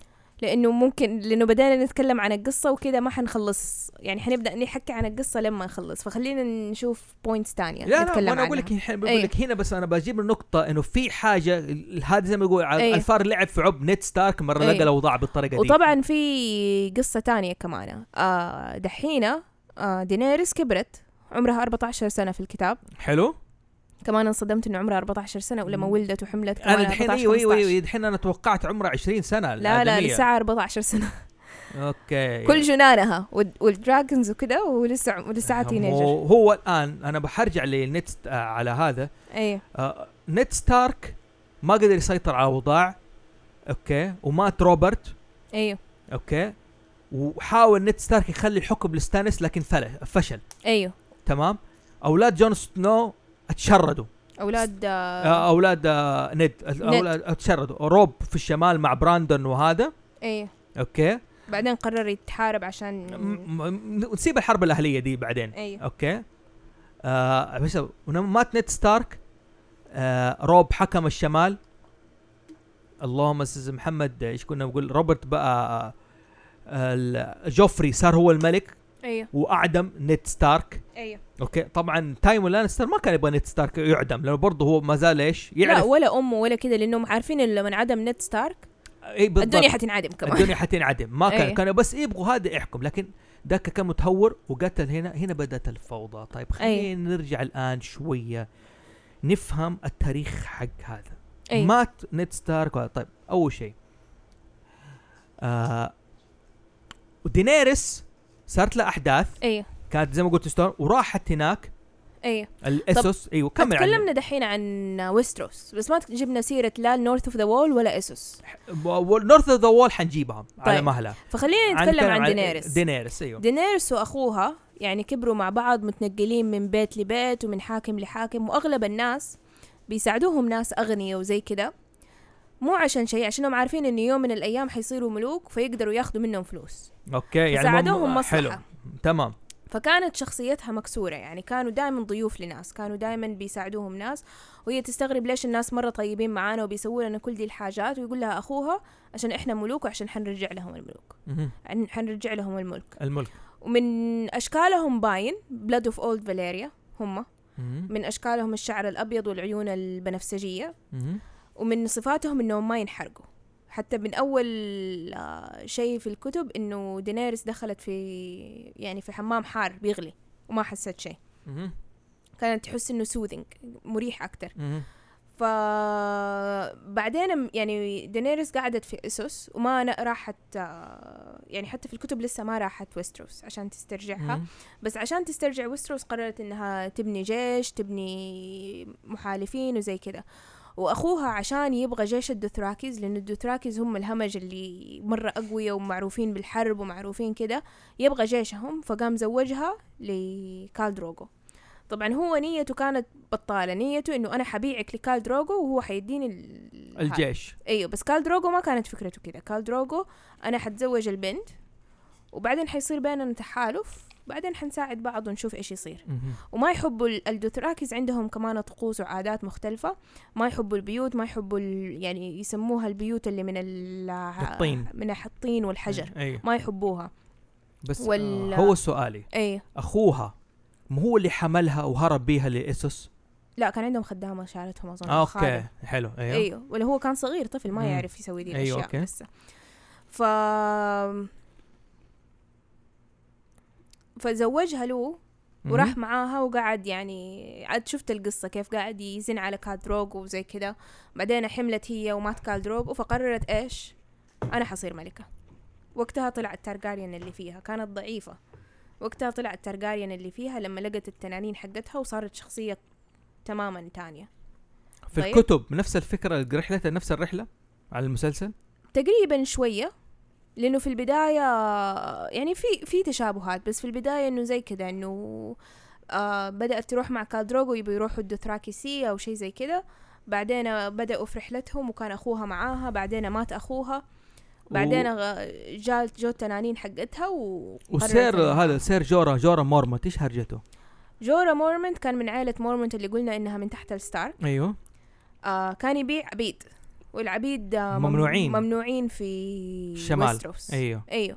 لانه بدينا نتكلم عن القصة وكده ما حنخلص، يعني حنبدأ نحكي عن القصة لما نخلص، فخلينا نشوف بوينتس تانية نتكلم عنها. انا اقول لك هنا بس انا بجيب النقطة انه في حاجة هذا زي ما يقول الفار لعب في عب نيد ستارك مرة لقى الاوضاع بالطريقة دي. وطبعا في قصة تانية كمان دحينة دينيريس كبرت، عمرها 14 سنة في الكتاب. حلو. كمان انصدمت انه عمرها 14 سنة ولما ولدت وحملت كمان. انا دحين ايوه دحين انا توقعت عمرها 20 سنة. لا لسه 14 سنة. اوكي. كل جنانها والدراجونز وكده ولسه تينيجر. هو الان انا بحرجع لنيد على هذا. ايه نيد ستارك ما قدر يسيطر على الاوضاع. اوكي. ومات روبرت. ايوه اوكي. وحاول نيد ستارك يخلي الحكم لستانس لكن فشل. ايوه تمام. اولاد جون سنو اتشردوا. اولاد نيد اتشردوا. روب في الشمال مع براندون وهذا. ايه اوكي. بعدين قرر يتحارب عشان نسيب الحرب الاهليه دي بعدين. أيه. اوكي. بس مات نيد ستارك. روب حكم الشمال. اللهم استاذ محمد ايش كنا بنقول، روبرت بقى جوفري صار هو الملك. ايوه. واعدم نيد ستارك. ايوه. اوكي. طبعا تايمون لانستر ما كان يبغى نيد ستارك يعدم، لانه برضه هو ما زال ايش يعرف. لا ولا امه ولا كذا، لانهم عارفين انه لما انعدم نيد ستارك الدنيا حتنعدم كمان. الدنيا حتنعدم. ما كانوا بس يبغوا هذا يحكم، لكن ذاك كان متهور وقتل. هنا بدأت الفوضى. طيب خلينا نرجع الآن شوية نفهم التاريخ حق هذا. مات نيد ستارك. طيب أول شيء ودينيريس صارت لها أحداث. كانت زي ما قلت ستون وراحت هناك. الاسوس. ايوه كمل. تكلمنا دحين عن ويستروس بس ما جبنا سيره لا نورث اوف ذا وول ولا اسوس. نورث اوف ذا وول حنجيبها على مهلها. فخلينا نتكلم عن دينيريس. ايوه دينيريس واخوها يعني كبروا مع بعض، متنقلين من بيت لبيت ومن حاكم لحاكم، واغلب الناس بيساعدوهم ناس اغنياء وزي كده. مو عشان شيء، عشانهم عارفين إنه يوم من الأيام حيصيروا ملوك فيقدروا ياخدوا منهم فلوس. أوكي يعني ساعدوهم مصلحة. حلو تمام. فكانت شخصيتها مكسورة، يعني كانوا دائما ضيوف لناس، كانوا دائما بيساعدوهم ناس، وهي تستغرب ليش الناس مرة طيبين معانا وبيسووا لنا كل دي الحاجات، ويقول لها أخوها عشان إحنا ملوك وعشان حنرجع لهم الملوك، حنرجع لهم الملك. ومن أشكالهم باين Blood of Old Valyria، هم من أشكالهم الشعر الأبيض والعيون البنفسجية، ومن صفاتهم إنهم ما ينحرقوا. حتى من أول شيء في الكتب إنه دينيريس دخلت في حمام حار بيغلي وما حست شيء، كانت تحس إنه soothing مريح أكتر. فبعدين يعني دينيريس قعدت في إسوس وما راحت، يعني حتى في الكتب لسه ما راحت ويستروس عشان تسترجعها، بس عشان تسترجع ويستروس قررت إنها تبني جيش، تبني محالفين وزي كده. وأخوها عشان يبغى جيش الدوثراكيز، لأن الدوثراكيز هم الهمج اللي مرة أقوياء ومعروفين بالحرب ومعروفين كده، يبغى جيشهم، فقام زوجها لكال دروغو. طبعا هو نيته كانت بطالة، نيته إنه أنا حبيعك لكال دروغو وهو حيديني الجيش. أيوه، بس كال دروغو ما كانت فكرته كده. كال دروغو أنا حتزوج البنت وبعدين حيصير بيننا تحالف، بعدين حنساعد بعض ونشوف إيش يصير. وما يحبوا الدوثراكيز، عندهم كمان طقوس وعادات مختلفة، ما يحبوا البيوت، ما يحبوا يعني يسموها البيوت اللي من الطين، من الطين والحجر. ما يحبوها. بس هو سؤالي، أخوها هو اللي حملها وهرب بيها لإسوس؟ لا، كان عندهم خدامة شالتهم أظن. أوكي حلو. أيوه، ولا هو كان صغير طفل ما يعرف يسوي دي الأشياء لسه. فزوجها له وراح معاها وقعد، يعني عاد شفت القصة كيف قاعد يزن على كال دروغو وزي كده. بعدين حملت هي ومات كال دروغو، فقررت إيش، أنا حصير ملكة. وقتها طلعت تارجاريان اللي فيها، كانت ضعيفة وقتها، طلعت تارجاريان اللي فيها لما لقت التنانين حقتها وصارت شخصية تماما تانية. في الكتب نفس الفكرة، رحلتها نفس الرحلة على المسلسل تقريبا شوية، لأنه في البداية يعني في تشابهات، بس في البداية إنه زي كده، إنه بدأت تروح مع كال دروغو يبي يروحوا الدوثراكيسية أو شيء زي كده. بعدين بدأوا في رحلتهم وكان أخوها معاها، بعدين مات أخوها، بعدين جو التنانين حقتها وسير هذا سير جورا مورمونت. إيش هرجته؟ جورا مورمونت كان من عائلة مورمونت اللي قلنا إنها من تحت الستار. أيوه. كان يبيع عبيد، والعبيد ممنوعين في شمال ويستروس. أيوه.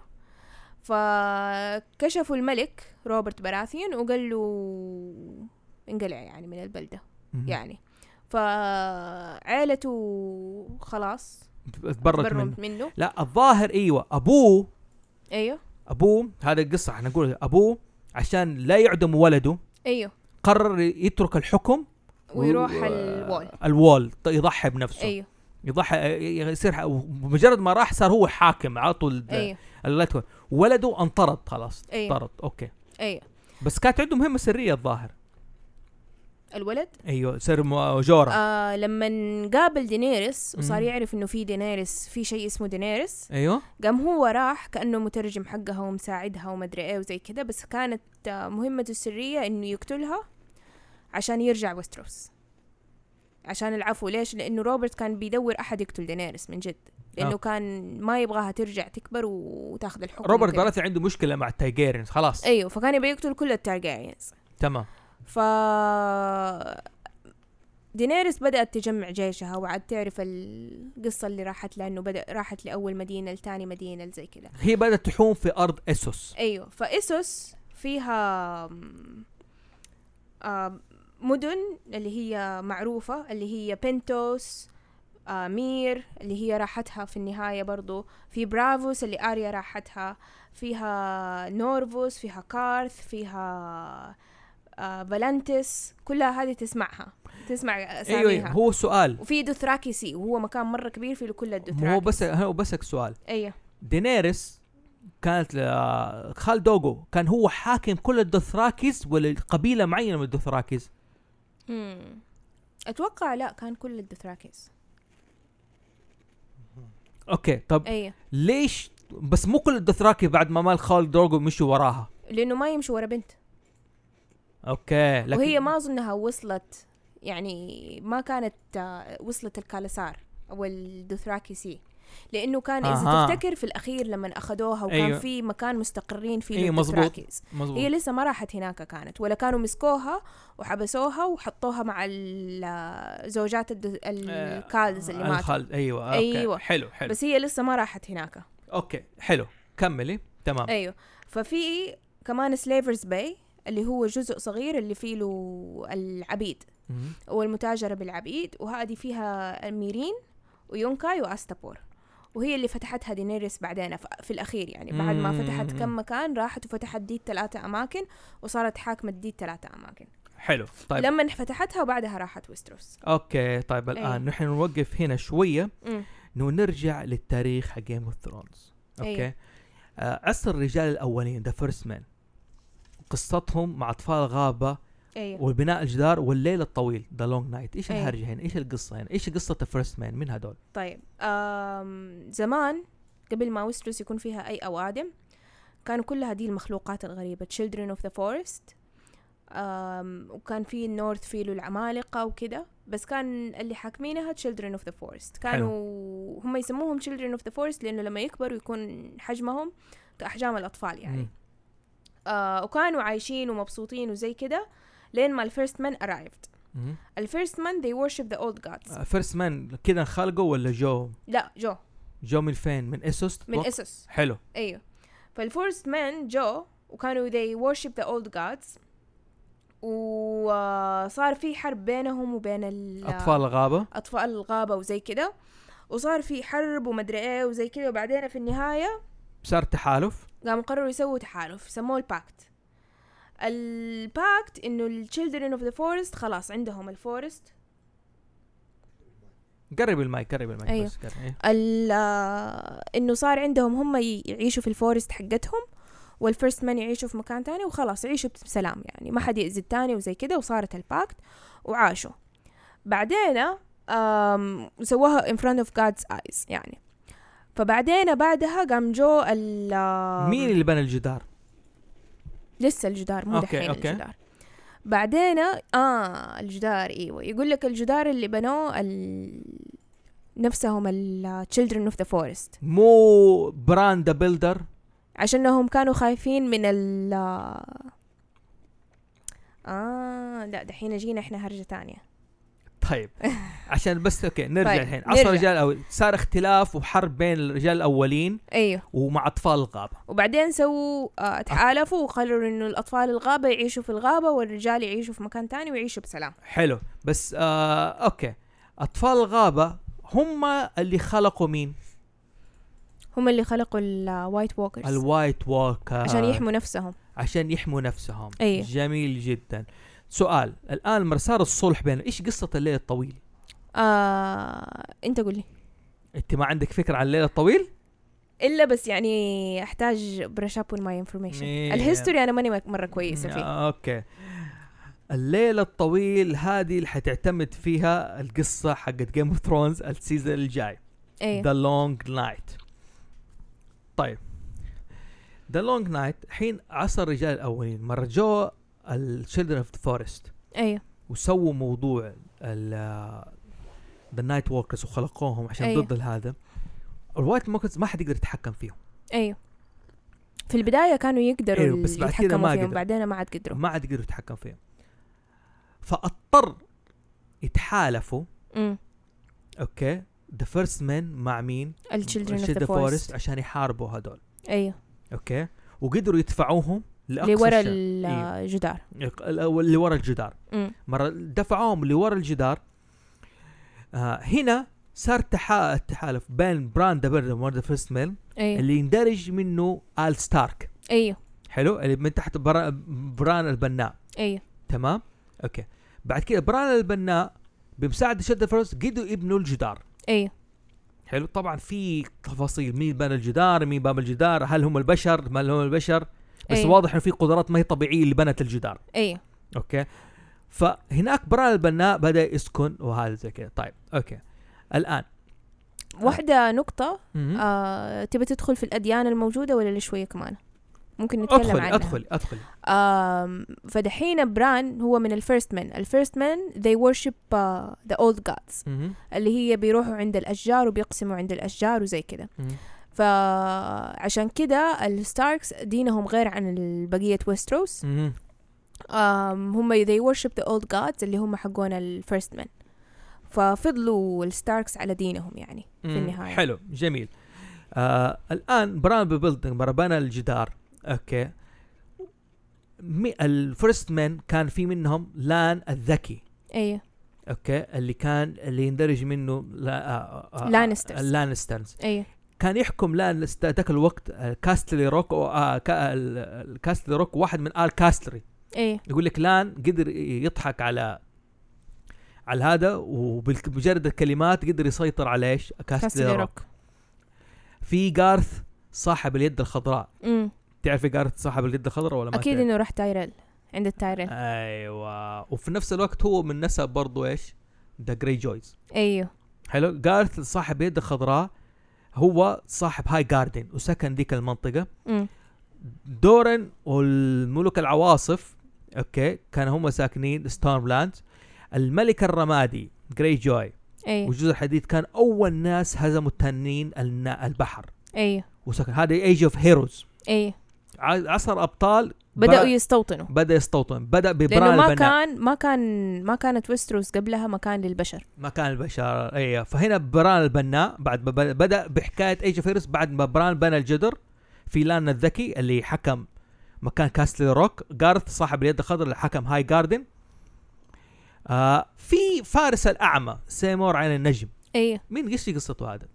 فكشفوا الملك روبرت براثيون وقال له انقلع يعني من البلدة. يعني فعائلته خلاص تبرت منه. لا الظاهر أبوه هذا القصة احنا نقول أبوه عشان لا يعدم ولده قرر يترك الحكم ويروح الوول يضحي بنفسه. يضحي يصير، مجرد ما راح صار هو حاكم على طول. ولده انطرد خلاص. طرد. اوكي. بس كانت عنده مهمة سرية الظاهر الولد. سر جورا. لما قابل دينيريس وصار يعرف انه في دينيريس، في شيء اسمه دينيريس. قام هو راح كأنه مترجم حقها ومساعدها ومدري ايه وزي كده، بس كانت مهمته السرية انه يقتلها عشان يرجع ويستروس، عشان العفو. ليش؟ لانه روبرت كان بيدور احد يقتل دينيريس من جد، لانه كان ما يبغاها ترجع تكبر وتاخذ الحكم. روبرت براثي عنده مشكلة مع التارجيريانز خلاص. فكان يبي يقتل كل التارجيريانز. تمام. دينيريس بدأت تجمع جيشها وعاد تعرف القصة اللي راحت، لأنه راحت لأول مدينة لتاني مدينة زي كده. هي بدأت تحوم في أرض إسوس. فإسوس فيها مدن اللي هي معروفة، اللي هي بنتوس، مير اللي هي راحتها في النهاية برضو، في برافوس اللي آريا راحتها، فيها نورفوس، فيها كارث، فيها فالنتس، كلها هذه تسمع أساميها. هو سؤال. وفي دوثراكيسي وهو مكان مرة كبير فيه كل الدوثراكيس. هو بسك سؤال. دينيريس كانت خال دوغو كان هو حاكم كل الدوثراكيز ولا قبيلة معينة من الدوثراكيز؟ أتوقع لا، كان كل الدوثراكيز. اوكي طب ليش بس مو كل الدوثراكي بعد ما مال خال دوغو مشوا وراها؟ لأنه ما يمشوا ورا بنت. اوكي. وهي ما أظنها وصلت، يعني ما كانت وصلت الكالسار. أو الدوثراكي سي، لأنه كان إذا تفتكر في الأخير لما أخدوها وكان في مكان مستقرين فيه الدوثراكيز، هي لسه ما راحت هناك كانت، ولا كانوا مسكوها وحبسوها وحطوها مع زوجات الكالز اللي ماتوا. أيوة. حلو. بس هي لسه ما راحت هناك. أوكي حلو، كملي. تمام. أيوة. ففي كمان سليفرز باي اللي هو جزء صغير اللي فيه له العبيد والمتاجرة بالعبيد، وهذه فيها الميرين ويونكاي وأستابور، وهي اللي فتحتها دينيريس بعدين في الأخير، يعني بعد ما فتحت كم مكان راحت وفتحت دي 3 أماكن وصارت حاكمة دي 3 أماكن. حلو. طيب لما فتحتها وبعدها راحت ويستروس. أوكي طيب الآن نحن نوقف هنا شوية نرجع للتاريخ حق جيم اوف ثرونز. أوكي. عصر الرجال الأولين The First Men، قصتهم مع أطفال غابة والبناء الجدار والليل الطويل The Long Night. إيش الهرجة هنا؟ إيش القصة هنا؟ إيش قصة The First Men من هدول؟ طيب زمان قبل ما ويستروس يكون فيها أي أوادم كانوا كل هذه المخلوقات الغريبة Children of the Forest، وكان في النورث فيلو العمالقة وكده، بس كان اللي حاكمينها Children of the Forest. كانوا هم يسموهم Children of the Forest لأنه لما يكبروا يكون حجمهم كأحجام الأطفال يعني. وكانوا عايشين ومبسوطين وزي كده لين ما الفيرست مان arrived. الفيرست مان they worship the old gods. فيرست مان كده خلقوا ولا جو؟ لا جو من فين؟ من إسوس؟ من إسوس. حلو. أيوه. فالفيرست مان جو وكانوا they worship the old gods، وصار في حرب بينهم وبين أطفال الغابة وزي كده، وصار في حرب ومدري ايه وزي كده، وبعدين في النهاية صار تحالف، قاموا قرروا يسووا تحالف سموه الباكت انه الchildren of the forest خلاص عندهم الفورست. قرب المايك أيوه. بس انه صار عندهم هم يعيشوا في الفورست حقتهم، والفيرست مان يعيشوا في مكان تاني وخلاص يعيشوا بسلام يعني ما حد يأذي التاني وزي كده، وصارت الباكت وعاشوا. بعدين سووها in front of God's eyes يعني. فبعدين بعدها قام جو مين اللي بنى الجدار؟ لسه الجدار مو دحين الجدار. بعدين الجدار ايوه يقول لك الجدار اللي بنوه نفسهم children of the forest، مو بران ذا بيلدر، عشانهم كانوا خايفين من لا دحين جينا احنا هرجة تانية. طيب عشان بس اوكي نرجع الحين. عصر الرجال الأول صار اختلاف وحرب بين الرجال الأولين ايوه ومع أطفال الغابة، وبعدين سووا تحالفوا وقرروا انه الأطفال الغابة يعيشوا في الغابة والرجال يعيشوا في مكان تاني ويعيشوا بسلام. حلو. بس اوكي أطفال الغابة هم اللي خلقوا مين؟ هم اللي خلقوا الوايت ووكرز عشان يحموا نفسهم. أيه. جميل جدا. سؤال الآن مسار الصلح بين إيش قصة الليل الطويل؟ أنت قولي. أنت ما عندك فكرة عن الليل الطويل؟ إلا بس يعني أحتاج brush up on my information. الهيستوري أنا ماني مرة كويسة فيه. أوكي. الليل الطويل هذه اللي حتعتمد فيها القصة حقت Game of Thrones السيزن الجاي. أيه. The Long Night. طيب The Long Night حين عصر الرجال الأولين مرة جو Children of the Forest. أيوه. وسووا موضوع The Night Walkers وخلقوهم عشان أيوه. ضد هذا. الوايت ووكرز ما حد يقدر يتحكم فيهم. أيوه. في البداية كانوا يقدروا أيوه بس بعد كده ما فيهم، بعدين ما عاد قدروا يتحكم فيهم. فاضطر يتحالفوا. اوكي The First Men مع مين؟ Children of the Forest عشان يحاربوا هدول. ايوه. اوكي. وقدروا يدفعوهم لورا الجدار. اللي ورا الجدار. مرة دفعوهم لورا الجدار. هنا صار تحالف بين بران ذا بيلدر وذا فيرست مان اللي يندرج منه آل ستارك. ايوه. حلو. اللي من تحت بران البناء. ايوه. تمام. اوكي. بعد كده بران البناء بمساعدة شد الفرس قدروا يبنوا الجدار. ايوه. حلو. طبعا في تفاصيل مين بنى الجدار مين باب الجدار هل هم البشر ما هم البشر بس أيوه. واضح انه في قدرات ما هي طبيعيه اللي بنت الجدار. ايوه. اوكي. فهناك بران البناء بدا يسكن وهذا زي كده. طيب اوكي. الان واحده نقطه تبي تدخل في الاديان الموجوده ولا شويه كمان؟ ممكن نتكلم عنها. ادخلي. فدحين بران هو من الفيرست مان they worship the old gods اللي هي بيروحوا عند الأشجار وبيقسموا عند الأشجار وزي كده. فعشان كده الستاركس دينهم غير عن بقية ويستروس. هم they worship the old gods اللي هم حقون الفيرست مان. ففضلوا الستاركس على دينهم يعني في النهاية. حلو جميل. الآن بران ببيلدينج بنى الجدار. اوكي الفيرست مان كان في منهم لان الذكي. ايوه اوكي اللي يندرج منه لانسترز. ايوه كان يحكم لانستر ذاك الوقت كاستلي روك كاستلي روك واحد من آل كاستلي. ايوه يقول لك لان قدر يضحك على هذا وبمجرد الكلمات قدر يسيطر على ايش كاستلي روك. في جارث صاحب اليد الخضراء. تعرفي جارث صاحب اليد الخضراء ولا ما اكيد انه راح تايرل عند التايرل. ايوه وفي نفس الوقت هو من نسب برضو ايش ذا جراي جويز. ايوه حلو. جارث صاحب اليد الخضراء هو صاحب هاي جاردن وسكن ديك المنطقه. دورن والملوك العواصف اوكي كانوا هم ساكنين ستورملاند. الملك الرمادي جراي جوي والجزر الحديد كان اول ناس هزموا التنين البحر. ايوه وسكن هذا ايج اوف هيروز. ايوه عصر ابطال بدأوا يستوطنوا. بدأ ببران البناء. ما كانت ويستروس قبلها مكان للبشر. ايوه فهنا بران البناء بعد بدأ بحكاية ايج اوف هيروز بعد ما بران بنى الجدر في لان الذكي اللي حكم مكان كاستل روك. جارث صاحب اليد الخضراء اللي حكم هاي جاردن. في فارس الأعمى سيمور عين النجم. ايوه مين قصته هذا؟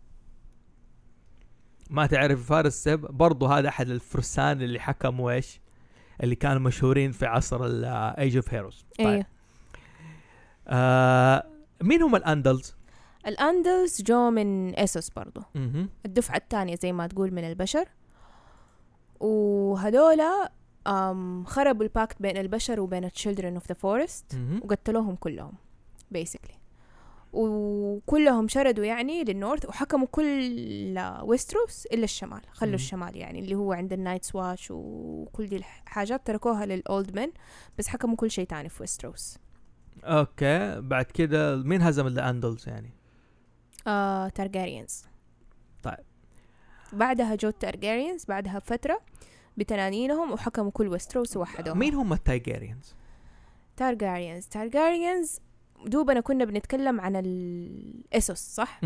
ما تعرف فارس سيب برضو هذا أحد الفرسان اللي حكموا إيش اللي كانوا مشهورين في عصر الأيج اوف هيروز. ايوه مين هم الأندلز؟ الأندلز جو من إيسوس برضو. الدفعة الثانية زي ما تقول من البشر. وهدولا خربوا الباكت بين البشر وبين children of the forest وقتلوهم كلهم basically. وكلهم شردوا يعني للنورث وحكموا كل ويستروس إلا الشمال. خلوا الشمال يعني اللي هو عند النايتس واتش وكل دي الحاجات تركوها للأولد مان بس حكموا كل شيء تاني في ويستروس. اوكي بعد كده مين هزم الأندلز يعني؟ تارجاريانز. طيب بعدها جو التارجاريانز بعدها بفترة بتنانينهم وحكموا كل ويستروس ووحدوهم. مين هم التارجاريانز؟ تارجاريانز دوبنا كنا بنتكلم عن الإسوس صح؟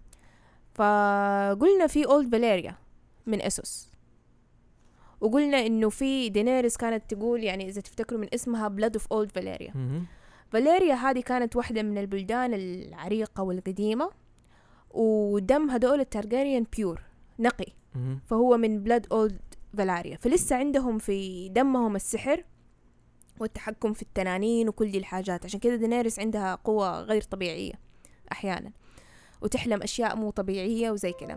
فقلنا في أولد فاليريا من إسوس وقلنا إنه في دينيريس كانت تقول يعني إذا تفتكروا من اسمها بلاد اوف أولد فاليريا. فاليريا هذه كانت واحدة من البلدان العريقة والقديمة ودم هدول التارجاريان بيور نقي. فهو من بلاد أولد فالاريا فلسه عندهم في دمهم السحر والتحكم في التنانين وكل دي الحاجات. عشان كده دينيريس عندها قوة غير طبيعية أحيانا وتحلم أشياء مو طبيعية وزي كده.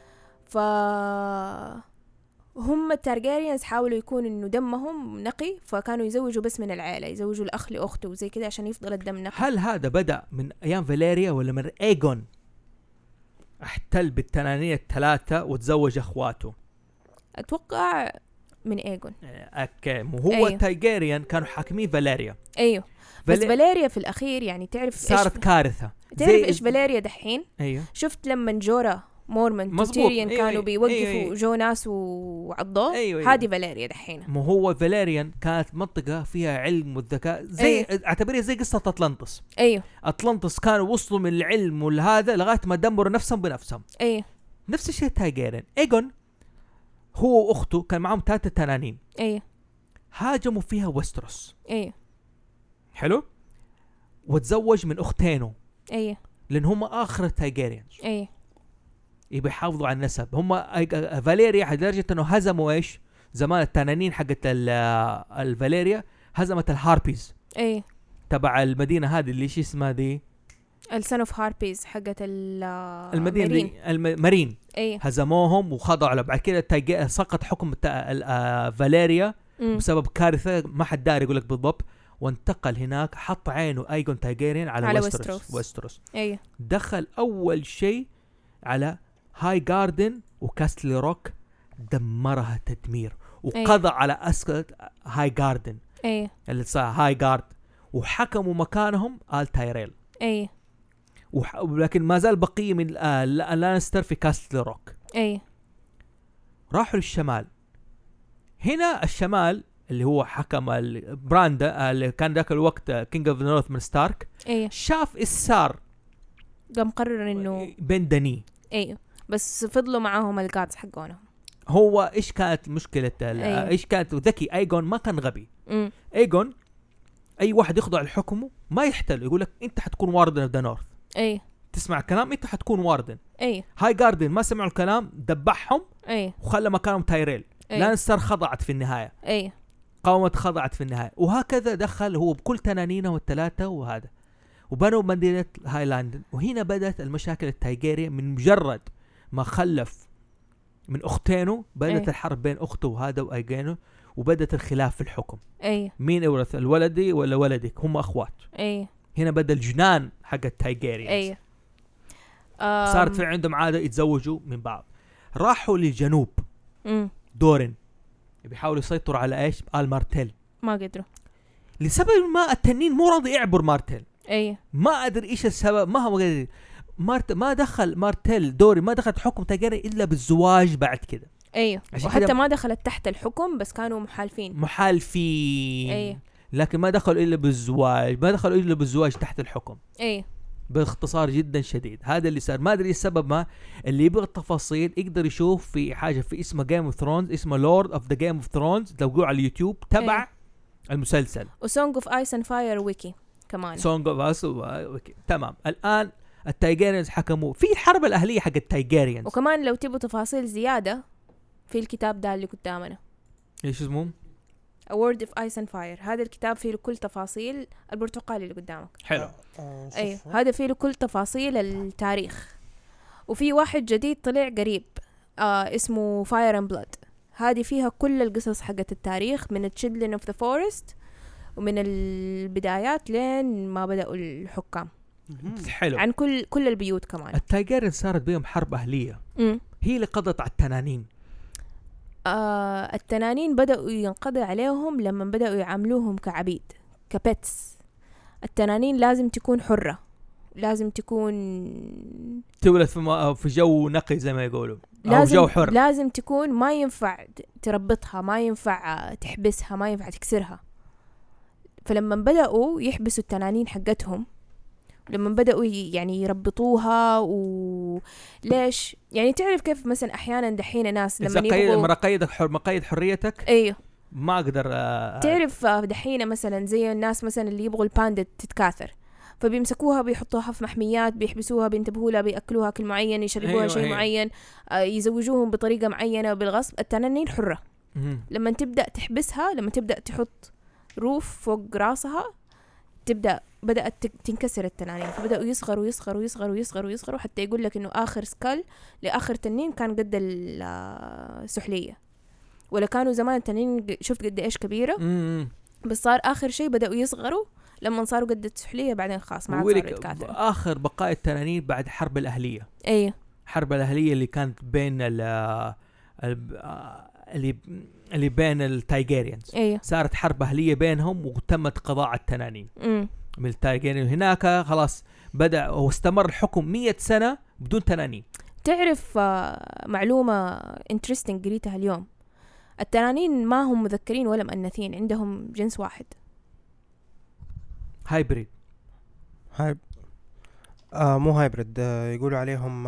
فهم التارجاريانز حاولوا يكون إنه دمهم نقي فكانوا يزوجوا بس من العائلة يزوجوا الأخ لأخته وزي كده عشان يفضل الدم نقي. هل هذا بدأ من أيام فاليريا ولا من إيغون احتل بالتنانين الثلاثة وتزوج أخواته؟ أتوقع من إيغون. اوكي وهو أيوه. تايجيريان كانوا حاكمين فاليريا. ايوه بس فاليريا في الاخير يعني تعرف صارت كارثه. تعرف ايش فاليريا دحين؟ ايوه شفت لما جورا مورمنت وتيريان كانوا أيوه. بيوقفوا أيوه. جو ناس وعضوه. أيوه. هذه فاليريا دحين. مو هو فاليريان كانت منطقه فيها علم والذكاء زي أيوه. اعتبريها زي قصه اطلنطس. ايوه اطلنطس كانوا وصلوا من العلم والهذا لغايه ما دمروا نفسهم بنفسهم. ايوه نفس الشيء تايجيريان. ايغون هو واخته كان معهم 3 تنانين. ايوه هاجموا فيها ويستروس. ايوه حلو وتزوج من اختينه. ايوه لان هم اخر التايجيريانز. ايوه يبي يحافظوا على النسب. هم فاليريا لدرجه انه هزموا ايش زمان التنانين حقت الفاليريا هزمت الهاربيز. ايوه تبع المدينه هذه اللي ايش اسمها دي السن اوف هاربيز حقت المدينه المارين. أيه. هزموهم وخضعوا. بعد كده سقط حكم فاليريا بسبب كارثه ما حد داري يقول لك بالضبط وانتقل هناك حط عينه ايغون تايجيريان على ويستروس. أيه. دخل اول شيء على هاي جاردن وكاستل روك دمرها تدمير وقضى على أسكت هاي جاردن اللي صار هاي جارد، وحكموا مكانهم آل تايريل. ولكن ما زال بقية من لانستر في كاستل روك. راحوا للشمال. هنا الشمال اللي هو حكم براندا اللي كان ذاك الوقت كينج اوف نورث من ستارك، شاف السار قام قرر انه بين دني. بس فضلوا معاهم الجادز حقونهم. هو ايش كانت مشكلة ايش كانت ذكي ايجون ما كان غبي. ايجون اي واحد يخضع لحكمه ما يحتل، يقول لك انت حتكون واردن اوف ذا نورث. تسمع الكلام انت حتكون واردن. هاي جاردن ما سمعوا الكلام، دبحهم وخلى مكانهم تايريل. لانستر خضعت في النهاية. قاومت خضعت في النهاية، وهكذا دخل هو بكل تنانينه الثلاثة وهذا، وبنوا مدينة هايلاند. وهنا بدأت المشاكل التايجيريا من مجرد ما خلف من أختينه. بدأت الحرب بين أخته وهذا وأيجينه، وبدأت الخلاف في الحكم. مين يورث الولدي ولا ولدك؟ هم أخوات. هنا بدأ الجنان حق التايجيريا. صارت في عندهم عادة يتزوجوا من بعض. راحوا للجنوب. دورين بيحاولوا يسيطروا على ايش؟ آل مارتيل. ما قدروا لسبب ما. التنين مو راضي يعبر مارتيل. ما ادري ايش السبب. ما هو ما دخل مارتيل دوري ما دخلت حكم تايجيريا الا بالزواج بعد كده. وحتى ما دخلت تحت الحكم، بس كانوا محالفين. لكن ما دخلوا الا بالزواج تحت الحكم. باختصار جدا شديد هذا اللي صار. ما ادري السبب. ما اللي يبغى التفاصيل يقدر يشوف في حاجه في اسمها جيم اوف ثرونز، اسمها لورد اوف ذا جيم اوف ثرونز، لو على اليوتيوب تبع المسلسل. وسونج اوف ايس اند فاير ويكي كمان. سونج اوف ايس ويكي. تمام. الان التايجيريانز حكموا في الحرب الاهليه حق التايجيريانز. وكمان لو تبغوا تفاصيل زياده في الكتاب ده اللي قدامنا، ايش اسمه؟ A Word of Ice and Fire. هذا الكتاب فيه كل تفاصيل البرتقالي اللي قدامك. حلو. هذا فيه كل تفاصيل التاريخ. وفي واحد جديد طلع قريب اسمه Fire and Blood. هذه فيها كل القصص حقت التاريخ من Children of the Forest ومن البدايات لين ما بدأوا الحكام. حلو. عن كل البيوت كمان. التايجيريان صارت بيهم حرب أهلية. هي اللي قضت على التنانين. التنانين بدأوا ينقضي عليهم لما بدأوا يعاملوهم كعبيد، كبتس. التنانين لازم تكون حرة، لازم تكون تولد في جو نقي زي ما يقولوا، أو جو حر. لازم تكون ما ينفع تربطها، ما ينفع تحبسها، ما ينفع تكسرها. فلما بدأوا يحبسوا التنانين حقتهم، لما بدأوا يعني يربطوها وليش يعني تعرف كيف مثلا أحيانا دحين ناس لما يبغوا مقيد حريتك. أيوه ما أقدر تعرف دحين مثلا زي الناس مثلا اللي يبغوا الباندا تتكاثر، فبيمسكوها بيحطوها في محميات، بيحبسوها، بينتبهوا لها، بيأكلوها أكل معين، يشربوها أيوة شيء معين، يزوجوهم بطريقة معينة بالغصب. التنانين حرة. لما تبدأ تحبسها، لما تبدأ تحط روف فوق راسها، بدأت تنكسر التنانين. فبدأوا يصغروا يصغروا يصغروا يصغروا يصغروا حتى يقول لك إنه آخر سكال لآخر تنين كان قد السحلية. ولا كانوا زمان التنين شفت قد إيش كبيرة، بس صار آخر شيء بدأوا يصغروا لما صاروا قد السحلية، بعدين خلاص ما عاد صاروا يتكاثروا. آخر بقايا التنانين بعد حرب الأهلية. أيه. حرب الأهلية اللي كانت بين اللي بين التايجيريانز. أيه. صارت حرب أهلية بينهم وتمت قضاء التنانين من التايجيريان. هناك خلاص بدأ واستمر الحكم 100 سنة بدون تنانين. تعرف معلومة interesting قريتها اليوم، التنانين ما هم مذكرين ولا مؤنثين، عندهم جنس واحد. هايبريد. مو هايبريد، يقولوا عليهم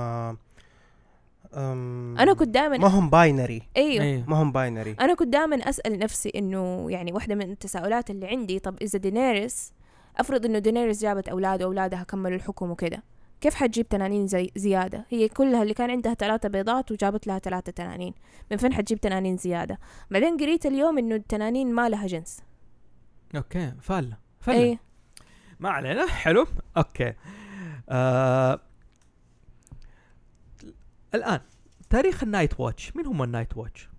أنا كنت دائما ما هم باينري. أيوه. ما هم باينري. أنا كنت دائما أسأل نفسي إنه يعني واحدة من التساؤلات اللي عندي، طب إذا دينيريس، أفرض إنه دينيريس جابت أولادها كملوا الحكم وكده، كيف حتجيب تنانين زيادة؟ هي كلها اللي كان عندها 3 بيضات وجابت لها 3 تنانين، من فين حتجيب تنانين زيادة؟ بعدين قريت اليوم إنه التنانين ما لها جنس. أوكي. فالة. أيه. ما علينا. حلو. أوكي. الآن تاريخ النايت واتش. مين هم النايت واتش؟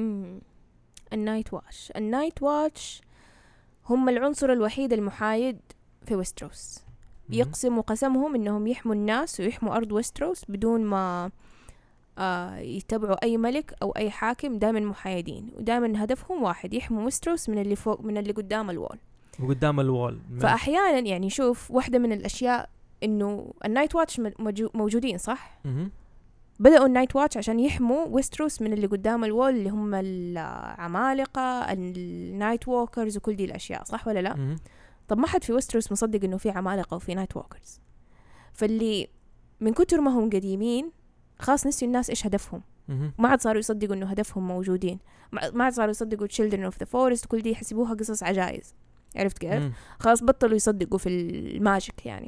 النايت واتش هم العنصر الوحيد المحايد في ويستروس. يقسموا قسمهم إنهم يحموا الناس ويحموا أرض ويستروس بدون ما يتبعوا أي ملك أو أي حاكم، دائما محايدين ودائما هدفهم واحد، يحموا ويستروس من اللي فوق، من اللي قدام الوول وقدام الوول. فأحيانا يعني شوف واحدة من الأشياء إنه النايت واتش موجودين صح؟ بدأوا النايت واتش عشان يحموا ويستروس من اللي قدام الوول اللي هم العمالقة النايت ووكرز وكل دي الأشياء، صح ولا لا؟ طب ما حد في ويستروس مصدق إنه في عمالقة وفي نايت ووكرز، فاللي من كتر ما هم قديمين خلاص نسيوا الناس إيش هدفهم، ما عاد صاروا يصدقوا إنه هدفهم موجودين، ما عاد صاروا يصدقوا children of the forest كل دي يحسبوها قصص عجائز، عرفت كيف؟ خلاص بطلوا يصدقوا في الماجيك يعني.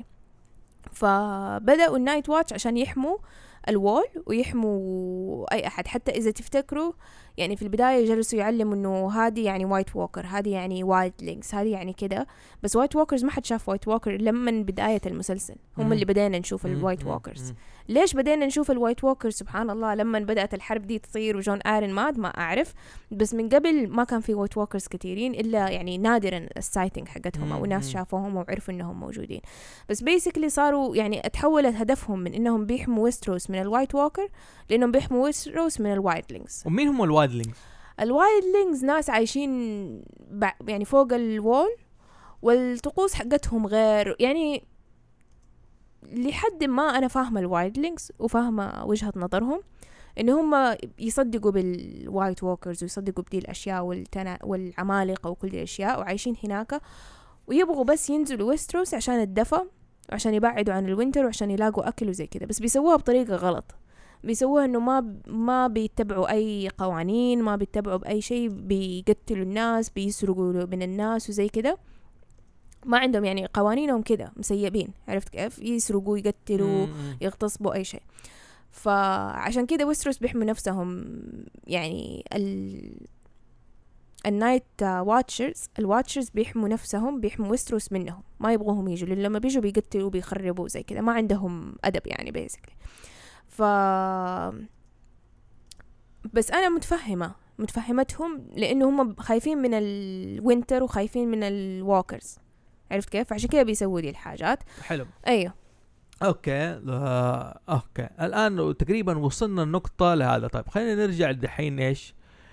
فبدأوا النايت واتش عشان يحموا الوول ويحموا أي أحد. حتى إذا تفتكروا يعني في البداية جلسوا يعلموا إنه هذه يعني وايت ووكر، هذه يعني وايت لينكس، هذه يعني كده، بس وايت ووكرز ما حد شاف وايت ووكر لما من بداية المسلسل، هم اللي بدأنا نشوف الوايت ووكرز. ليش بدأنا نشوف الوايت ووكرز؟ سبحان الله لما بدأت الحرب دي تصير وجون آرن مات ما أعرف، بس من قبل ما كان في وايت ووكرز كثيرين إلا يعني نادرا السايتنج حقتهم أو ناس شافوهم وعرفوا إنهم موجودين. بس بيسكلي صاروا يعني اتحولت هدفهم من إنهم بيحموا ويستروس من الوايت ووكر لأنهم بيحموا ويستروس من الوايلدلينجز. ومين هم الوايلدلينجز؟ الوايلدلينجز ناس عايشين يعني فوق الوول والطقوس حقتهم غير، يعني لحد ما أنا فاهمة الوايلدلينجز وفاهمة وجهة نظرهم إن هم يصدقوا بالوايت ووكرز ويصدقوا بدي الأشياء والعمالقة وكل دي الأشياء وعايشين هناك، ويبغوا بس ينزلوا ويستروس عشان الدفا وعشان يبعدوا عن الوينتر وعشان يلاقوا أكل وزي كده، بس بيسووها بطريقة غلط، بيسووها إنه ما بيتبعوا أي قوانين، ما بيتبعوا بأي شيء، بيقتلوا الناس، بيسرقوا من الناس وزي كده، ما عندهم يعني قوانينهم كده مسيبين، عرفت كيف؟ يسرقوا يقتلوا يغتصبوا أي شيء. فعشان كده ويستروس بيحموا نفسهم يعني النايت الواتشرز بيحموا نفسهم، بيحموا ويستروس منهم، ما يبغوهم يجوا، لأن لما بيجوا بيقتلوا بيخربوا زي كده، ما عندهم أدب يعني بيسكلي. بس أنا متفهمتهم لأنه هم خايفين من الوينتر وخايفين من الووكرز، عرفت كيف؟ عشان كده بيسووا دي الحاجات. حلو. أيوه اوكي الان تقريبا وصلنا النقطه لهذا. طيب خلينا نرجع الدحين ايش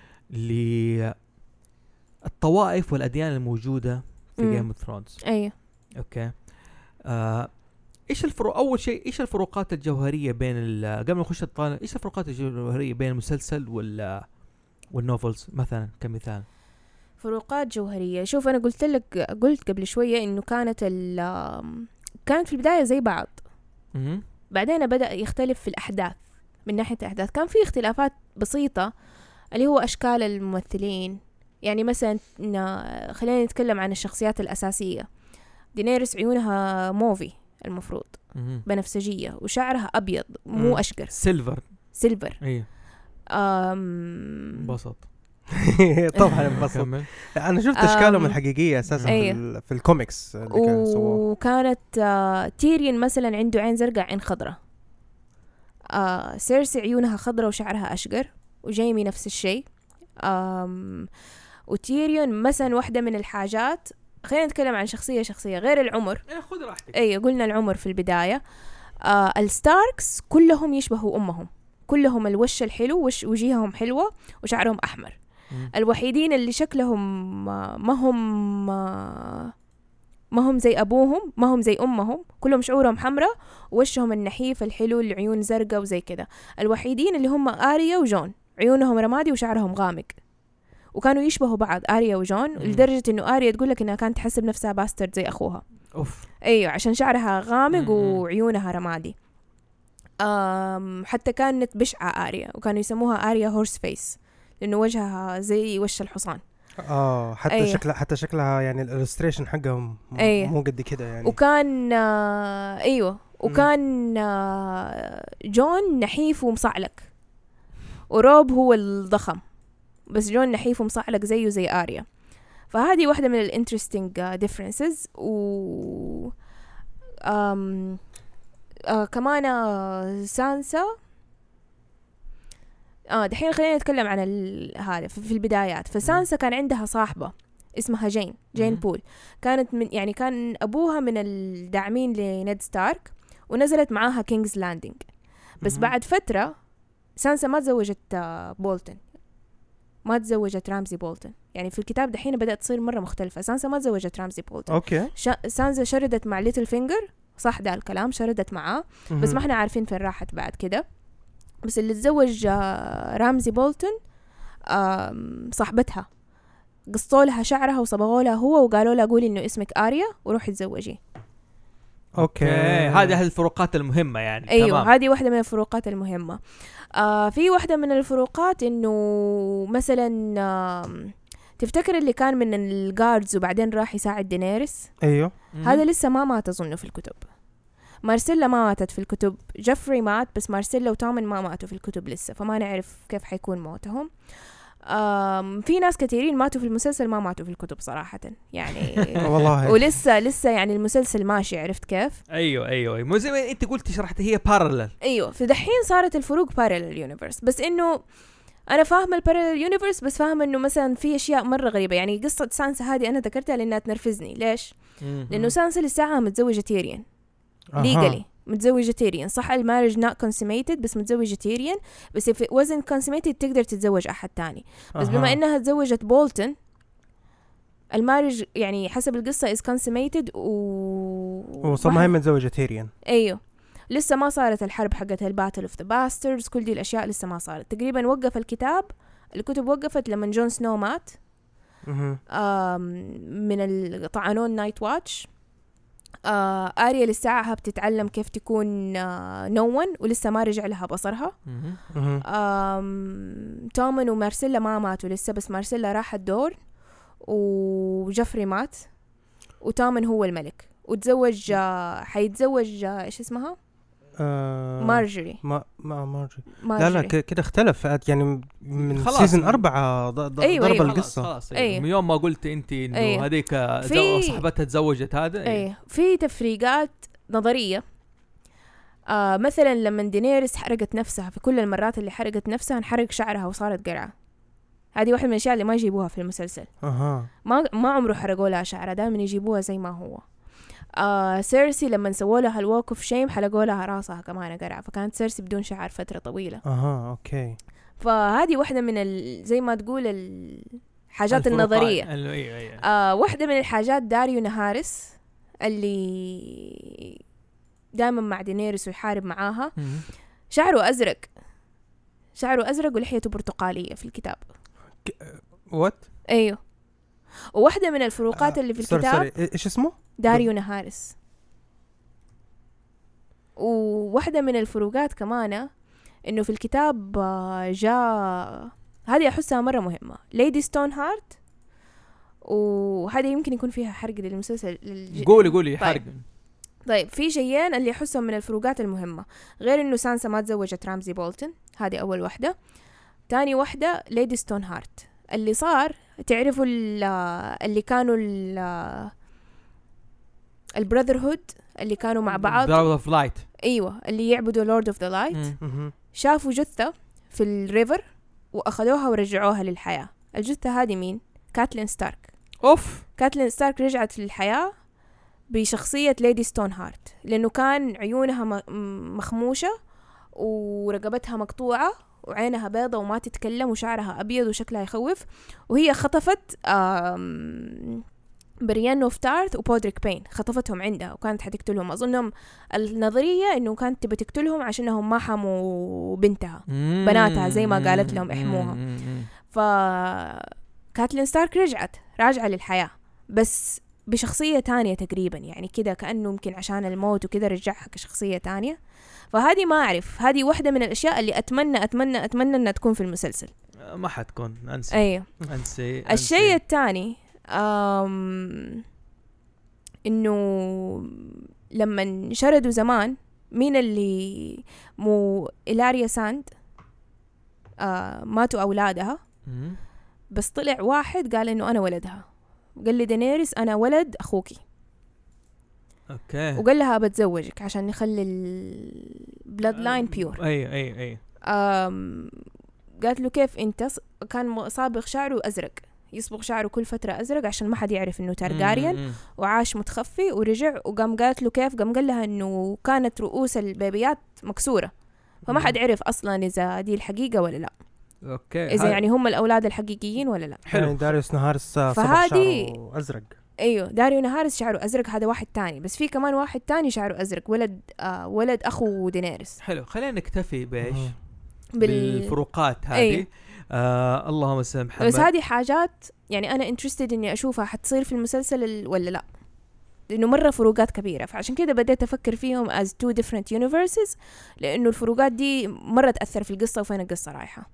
للطوائف والاديان الموجوده في جيم اوف ثرونز. ايوه اوكي. ايش الفروق؟ اول شيء ايش الفروقات الجوهريه بين قبل ما نخش الطالب، ايش الفروقات الجوهريه بين المسلسل والنوفلز مثلا كمثال؟ فروقات جوهريه، شوف انا قلت قبل شويه انه كانت في البدايه زي بعض، بعدين بدأ يختلف في الأحداث. من ناحية الأحداث كان في اختلافات بسيطة اللي هو أشكال الممثلين، يعني مثلا خلينا نتكلم عن الشخصيات الأساسية. دينيريس عيونها موفي المفروض بنفسجية وشعرها أبيض مو أشقر، سيلفر. ايه بسط طبعا انبسط. انا شفت اشكالهم الحقيقيه اساسا في الكوميكس اللي كانوا سووه. وكانت تيريون مثلا عنده عين زرقاء عين خضراء، سيرسي عيونها خضراء وشعرها اشقر، وجايمي نفس الشيء. وتيريون مثلا واحده من الحاجات، خلينا نتكلم عن شخصيه غير العمر. خذ راحتك. اي قلنا العمر في البدايه. الستاركس كلهم يشبهوا امهم، كلهم الوش الحلو، وجيههم حلوه وشعرهم احمر. الوحيدين اللي شكلهم ما هم زي أبوهم، ما هم زي أمهم، كلهم شعورهم حمراء ووشهم النحيف الحلو، العيون زرقاء وزي كده. الوحيدين اللي هم آريا وجون عيونهم رمادي وشعرهم غامق، وكانوا يشبهوا بعض آريا وجون لدرجة إنه آريا تقول لك إنها كانت تحسب نفسها باسترد زي أخوها. أيوة عشان شعرها غامق وعيونها رمادي. حتى كانت بشعة آريا، وكانوا يسموها آريا هورس فيس لأنه وجهها زي وش الحصان. حتى أيوة. شكلها يعني الإلستريشن حقهم أيوة. مو قد كده يعني. وكان أيوة وكان جون نحيف ومصعلق، وروب هو الضخم، بس جون نحيف ومصعلق زيه زي آريا. فهذه واحدة من الانترستينج differences. و كمان سانسا. دحين خلينا نتكلم عن هذا في البدايات. فسانسا كان عندها صاحبة اسمها جين بول، كانت يعني كان أبوها من الداعمين لنيد ستارك، ونزلت معاها كينجز لاندينج. بس بعد فترة سانسا ما تزوجت بولتن، ما تزوجت رامزي بولتن. يعني في الكتاب دحين بدأت تصير مرة مختلفة. سانسا ما تزوجت رامزي بولتن. اوكي. سانسا شردت مع ليتل فينجر، صح ده الكلام، شردت معاه، بس ما احنا عارفين فين راحت بعد كده. بس اللي تزوج رامزي بولتن صاحبتها، قصوا لها شعرها وصبغوا لها هو وقالوا لها قولي انه اسمك آريا وروحي تزوجيه. اوكي. هذه الفروقات المهمة يعني. ايوه تمام. هذه واحدة من الفروقات المهمة. في واحدة من الفروقات انه مثلا تفتكر اللي كان من الجاردز وبعدين راح يساعد دينيريس؟ ايوه. هذا لسه ما مات أظنه في الكتب. مارسيلا ما ماتت في الكتب، جيفري مات، بس مارسيلا وتومن ما ماتوا في الكتب لسه، فما نعرف كيف حيكون موتهم. في ناس كثيرين ماتوا في المسلسل ما ماتوا في الكتب صراحة يعني. والله. ولسه يعني المسلسل ماشي، عرفت كيف؟ ايوه مو زي ما انت قلت شرحت، هي بارلل. ايوه في دحين صارت الفروق بارلل يونيفرس، بس انه انا فاهمه البارلل يونيفرس، بس فاهمه انه مثلا في اشياء مره غريبه. يعني قصه سانسا هذه انا ذكرتها لانها تنرفزني. ليش؟ لانه سانسا لساعة متزوجه تيريان ليجالي، متزوجه تيريان صح، المارج not consummated بس متزوجه تيريان، بس if it wasn't consummated تقدر تتزوج احد تاني. بس بما انها تزوجت بولتن المارج يعني حسب القصه is consummated وصار هي متزوجه تيريان. ايوه لسه ما صارت الحرب حقت الباتل اوف ذا باسترز، كل دي الاشياء لسه ما صارت. تقريبا وقف الكتب وقفت لما جون سنو مات من طعنون نايت واتش. آريا لساعها بتتعلم كيف تكون نون ولسه ما رجع لها بصرها. تومن ومارسيلا ما ماتوا لسه، بس مارسيلا راح الدور، وجفري مات، وتومن هو الملك، وتزوج حيتزوج ايش اسمها؟ مارجري. مارجري. لا كده اختلف يعني من سيزن 4 ضرب أيوة. القصة. خلاص أيوة. من يوم ما قلت انت انه هذيك صاحبتها تزوجت هذا. ايه في تفريقات نظرية. مثلا لما دينيريس حرقت نفسها، في كل المرات اللي حرقت نفسها انحرق شعرها وصارت قرعة. هذه واحدة من الاشياء اللي ما يجيبوها في المسلسل. ما عمره حرقوا لها شعرها، دائما يجيبوها زي ما هو. سيرسي لما سووا لها الووك اوف شيم حلقوا لها راسها كمان قرعة، فكانت سيرسي بدون شعر فترة طويلة. اوكي. فهذه واحدة من زي ما تقول الحاجات النظرية. واحدة من الحاجات داريو نهارس اللي دائما مع دينيريس ويحارب معاها، شعره أزرق ولحيته برتقالية في الكتاب. وات؟ ايوه. وواحدة من الفروقات اللي في الكتاب ايش اسمه؟ داريو نهارس. وواحدة من الفروقات كمان انه في الكتاب جاء، هذه احسها مرة مهمة، ليدي ستون هارت، وهذه يمكن يكون فيها حرق للمسلسل. قولي حرق. طيب في شيئين اللي احسهم من الفروقات المهمة، غير انه سانسا ما تزوجت رامزي بولتن، هذه اول واحدة. تاني واحدة ليدي ستون هارت، اللي صار تعرفوا اللي كانوا البراذر هود اللي كانوا مع بعض، لورد اوف لايت. ايوه اللي يعبدوا لورد اوف ذا لايت. شافوا جثة في الريفر واخذوها ورجعوها للحياة. الجثة هذه مين؟ كاتلين ستارك. كاتلين ستارك رجعت للحياة بشخصية ليدي ستون هارت، لأنه كان عيونها مخموشة ورقبتها مقطوعة وعينها بيضة وما تتكلم وشعرها أبيض وشكلها يخوف، وهي خطفت بريان اوف تارث وبودريك بين، خطفتهم عندها وكانت حتقتلهم. أظنهم النظرية إنه كانت تبي تقتلهم عشانهم ما حموا بنتها بناتها زي ما قالت لهم احموها. فكاتلين ستارك راجعة للحياة بس بشخصية تانية تقريبا، يعني كده كأنه يمكن عشان الموت وكده رجعها كشخصية تانية. فهذه ما أعرف، هذه واحدة من الأشياء اللي أتمنى أنها تكون في المسلسل. ما حتكون، أنسي. أيوه. أنسي. الشيء الثاني إنه لما شردوا زمان مين اللي إلاريا ساند ماتوا أولادها، بس طلع واحد قال إنه أنا ولدها، قال لي دينيريس أنا ولد أخوكي. أوكي. وقال لها بتزوجك عشان نخلي البلاد لاين بيور. أي. قالت له كيف أنت؟ كان صابغ شعره أزرق، يصبغ شعره كل فترة أزرق عشان ما حد يعرف إنه تارجاريان، وعاش متخفي ورجع. وقام قالت له كيف؟ قام قال لها إنه كانت رؤوس البيبيات مكسورة فما حد عرف اصلا اذا دي الحقيقه ولا لا. اوكي اذا يعني هم الاولاد الحقيقيين ولا لا. حلو. يعني داريوس نهارس فهذه ازرق. ايوه داريو نهارس شعره ازرق، هذا واحد تاني، بس في كمان واحد تاني شعره ازرق، ولد اخو دينيرس. حلو. خلينا نكتفي بايش بالفروقات هذه. أيوه. اللهم صل محمد. بس هذه حاجات يعني انا انترستد اني اشوفها حتصير في المسلسل ولا لا، لانه مره فروقات كبيره، فعشان كده بديت افكر فيهم as two different universes، لانه الفروقات دي مره تاثر في القصه وفين القصه رايحه.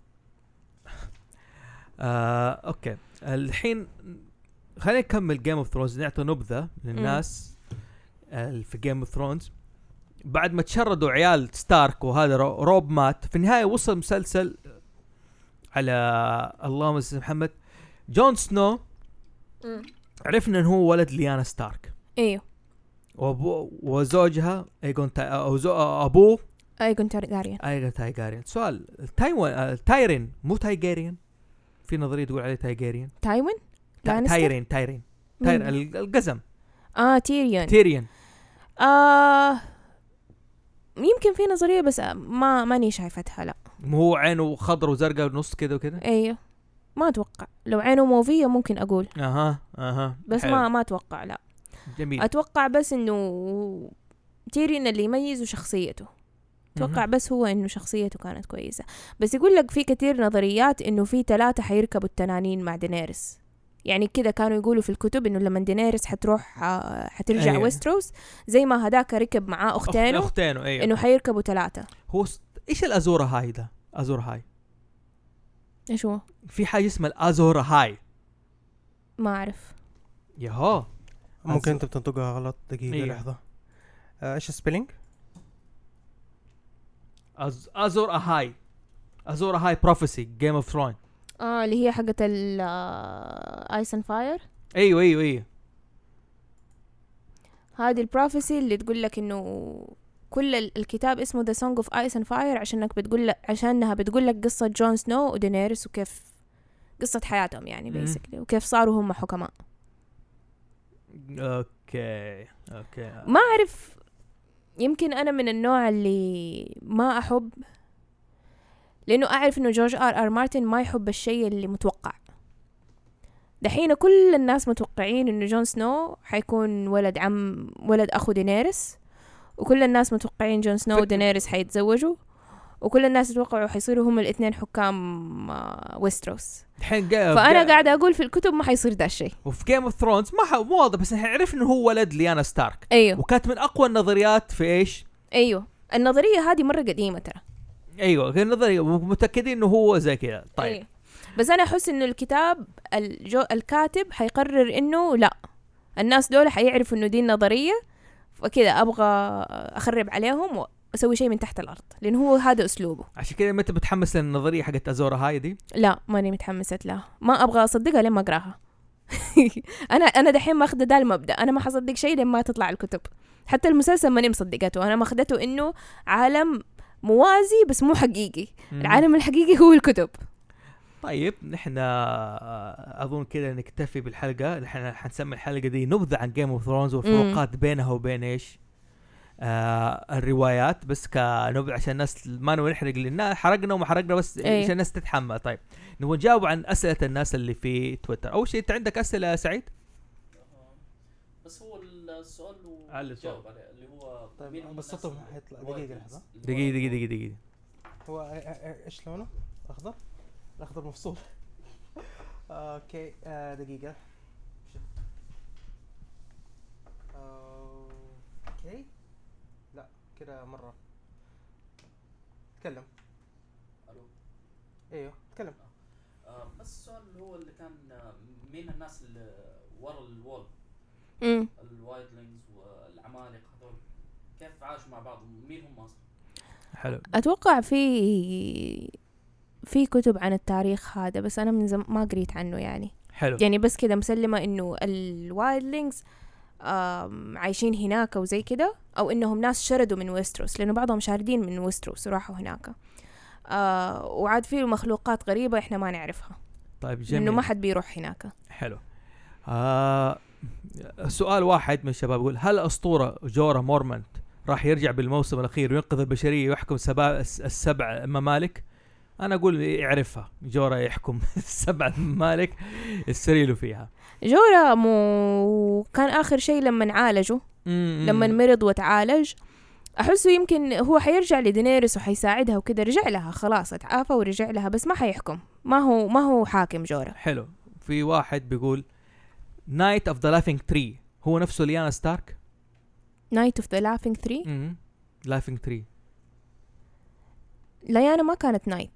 اوكي الحين خلينا نكمل جيم اوف ثرونز، نعطي نبذه للناس في جيم اوف ثرونز. بعد ما تشردوا عيال ستارك وهذا روب مات، في النهايه وصل مسلسل على اللهم صل محمد جون سنو. عرفنا انه هو ولد ليانا ستارك. ايوه. وزوجها ايجون ابوه ايجون تايغاريان. سؤال، تايرين مو تايغاريان؟ في نظريه تقول عليه تايغاريان. تايرين القزم. تيريون. يمكن في نظريه بس ماني شايفتها. لا هو عينه خضر وزرقاء ونص كده وكده. ايوه ما اتوقع، لو عينه موفيه ممكن اقول بس حلو. ما اتوقع. لا جميل. اتوقع بس انه تيريون اللي يميزه شخصيته. اتوقع بس هو انه شخصيته كانت كويسه. بس يقول لك في كثير نظريات انه في 3 حيركبوا التنانين مع دينيرس، يعني كده كانوا يقولوا في الكتب انه لما دينيرس حترجع ويستروس زي ما هداك ركب معاه اختينه أيوة. انه حيركبوا 3. هو ايش الازورا هاي ده؟ ازورا هاي ايش هو؟ في حاجه اسمها الازورا هاي، ما اعرف. ياها ممكن انت بتنطقها غلط. دقيقه أيوة. لحظه. ايش السبيلينج؟ ازورا هاي بروفيسي جيم اوف ثرون. اللي هي حقت ايس اند فاير. ايوه هذه البروفيسي اللي تقول لك انه كل الكتاب اسمه The Song of Ice and Fire عشانها بتقول لك قصة جون سنو ودينيرس وكيف قصة حياتهم يعني بيسكلي، وكيف صاروا هم حكماء. اوكي ما أعرف، يمكن أنا من النوع اللي ما أحب، لأنه أعرف إنه جورج آر مارتن ما يحب الشيء اللي متوقع. دحين كل الناس متوقعين إنه جون سنو حيكون ولد أخو دينيرس، وكل الناس متوقعين جون سنو ودينيرس حيتزوجوا، وكل الناس يتوقعوا حيصيروا هم الاثنين حكام ويستروس. فأنا قاعدة أقول في الكتب ما حيصير ده الشيء. وفي جيم اوف ثرونز مو واضح، بس احنا عرفنا إنه هو ولد ليانا ستارك. أيوه. وكانت من أقوى النظريات في إيش؟ أيوه النظرية هذه مرة قديمة ترى. أيوه النظرية متأكدين إنه هو زي كذا. طيب. أيوه. بس أنا أحس إنه الكتاب الكاتب حيقرر إنه لا، الناس دول حيعرفوا إنه دي النظرية، فكذا أبغى أخرب عليهم وأسوي شيء من تحت الأرض، لأنه هو هذا أسلوبه. عشان كذا متى بتحمس للنظرية حقت أزورا هاي دي؟ لا ماني متحمسة لها، ما أبغى أصدقها لما أقراها. أنا دحين ما أخذ ده المبدأ، أنا ما حصدق شيء لما تطلع الكتب. حتى المسلسل ماني مصدقته، أنا ما أخذته إنه عالم موازي بس مو حقيقي. العالم الحقيقي هو الكتب. طيب نحن أظن كده نكتفي بالحلقة. نحن حنسمي الحلقة دي نبذة عن جيم اوف ثرونز والفروقات بينها وبين إيش الروايات، بس كنبذة عشان الناس ما نحرق لنا حرقنا وما حرقنا، بس عشان الناس تتحمل. طيب نبغى نجاوب عن أسئلة الناس اللي في تويتر. أول شيء أنت عندك أسئلة يا سعيد؟ بس هو السؤال جاوب عليه اللي هو طيب بس صوته حيطلع. دقيقة لحظة. دقيقة. هو ايش لونه؟ اخضر؟ الاخضر مفصول. اوكي دقيقة. اوكي لا كده مرة. تكلم. الو. ايوه تكلم. بس السؤال اللي هو اللي كان مين الناس اللي ورا الوول، الوايدلينجز والعمالقة هذول كيف عاشوا مع بعض، مين هم اصلا؟ حلو. اتوقع في كتب عن التاريخ هذا، بس انا من ما قريت عنه يعني. حلو. يعني بس كده مسلمة انه الوايلدلينجز عايشين هناك وزي كده، او انهم ناس شردوا من ويستروس، لانه بعضهم شاردين من ويستروس وراحوا هناك. وعاد فيه مخلوقات غريبة احنا ما نعرفها. طيب جميل. انه ما حد بيروح هناك. حلو. سؤال واحد من الشباب يقول هل أسطورة جورا مورمونت راح يرجع بالموسم الأخير وينقذ البشرية ويحكم السبع ممالك، أنا أقول يعرفها جورا يحكم السبع ممالك السريلو فيها. جورا كان آخر شيء لما عالجوا، لما مرض وتعالج، أحسه يمكن هو حيرجع لدينيريس وحيساعدها وكده، رجع لها خلاص اتعافى ورجع لها، بس ما حيحكم، ما هو حاكم جورا. حلو. في واحد بيقول Night of the Laughing Tree هو نفسه ليانا ستارك. Night of the Laughing Tree Laughing Tree ليانا ما كانت نايت.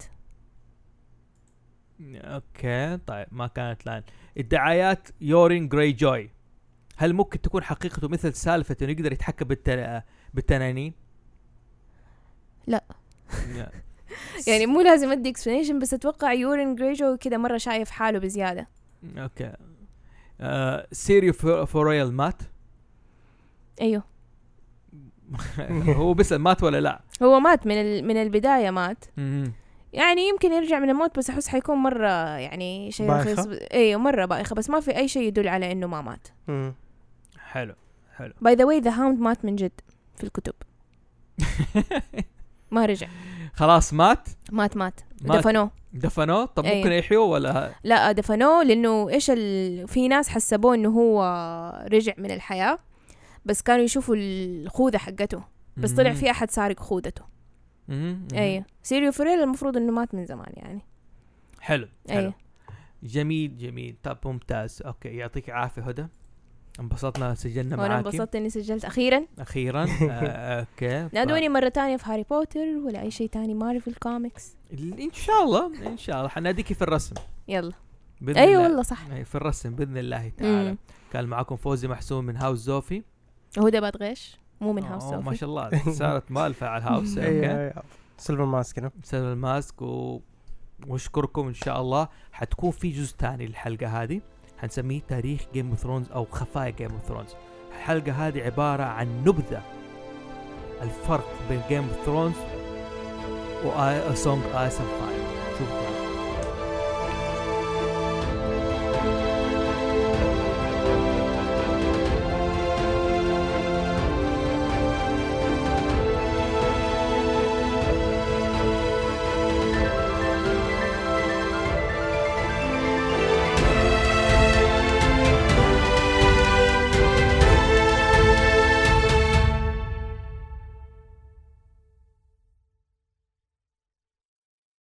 اوكي طيب ما كانت لان. الدعايات يورين جراي جوي، هل ممكن تكون حقيقته مثل سالفة انه يقدر يتحكم بالتنانين؟ لا يعني مو لازم ادي اكسبلانيشن، بس اتوقع يورين جراي جوي كده مرة شايف حاله بزيادة. اوكي. سيريو فوريال مات. ايوه هو بس مات ولا لا؟ هو مات من البداية مات. يعني يمكن يرجع من الموت، بس أحس حيكون مرة يعني شيء رخيص. ايوه مرة بايخة، بس ما في أي شيء يدل على إنه ما مات. حلو. باي ذا واي ذا هاوند مات من جد في الكتب. ما رجع خلاص مات. دفنوه. طب ممكن يحيوا ولا لا؟ دفنوه لأنه إيش في ناس حسبوه إنه هو رجع من الحياة، بس كانوا يشوفوا الخوذة حقته، بس طلع في أحد سارق خوذته. ايه سيريو فوريل المفروض انه مات من زمان يعني. حلو. جميل. طب ممتاز. اوكي يعطيك عافية هدى، انبسطنا سجلنا معاكي. وانا انبسطت اني سجلت اخيرا. اوكي. نادوني مرة تانية في هاري بوتر ولا اي شيء تاني مارفل كوميكس ان شاء الله حناديكي في الرسم. يلا. ايوه والله صح، في الرسم باذن الله تعالى. كان معكم فوزي محسوم من هاوس زوفي. هدى بادغيش مو من هاوس زوفي. ما شاء الله صارت مالفة على الهاوس. اوكي سيلفر ماسك واشكركم. ان شاء الله حتكون في جزء تاني للحلقة هذه، حنسميه تاريخ جيم اوف ثرونز او خفايا جيم اوف ثرونز. الحلقة هذه عبارة عن نبذة الفرق بين جيم اوف ثرونز و سونج آيس اند فاير. شوفوا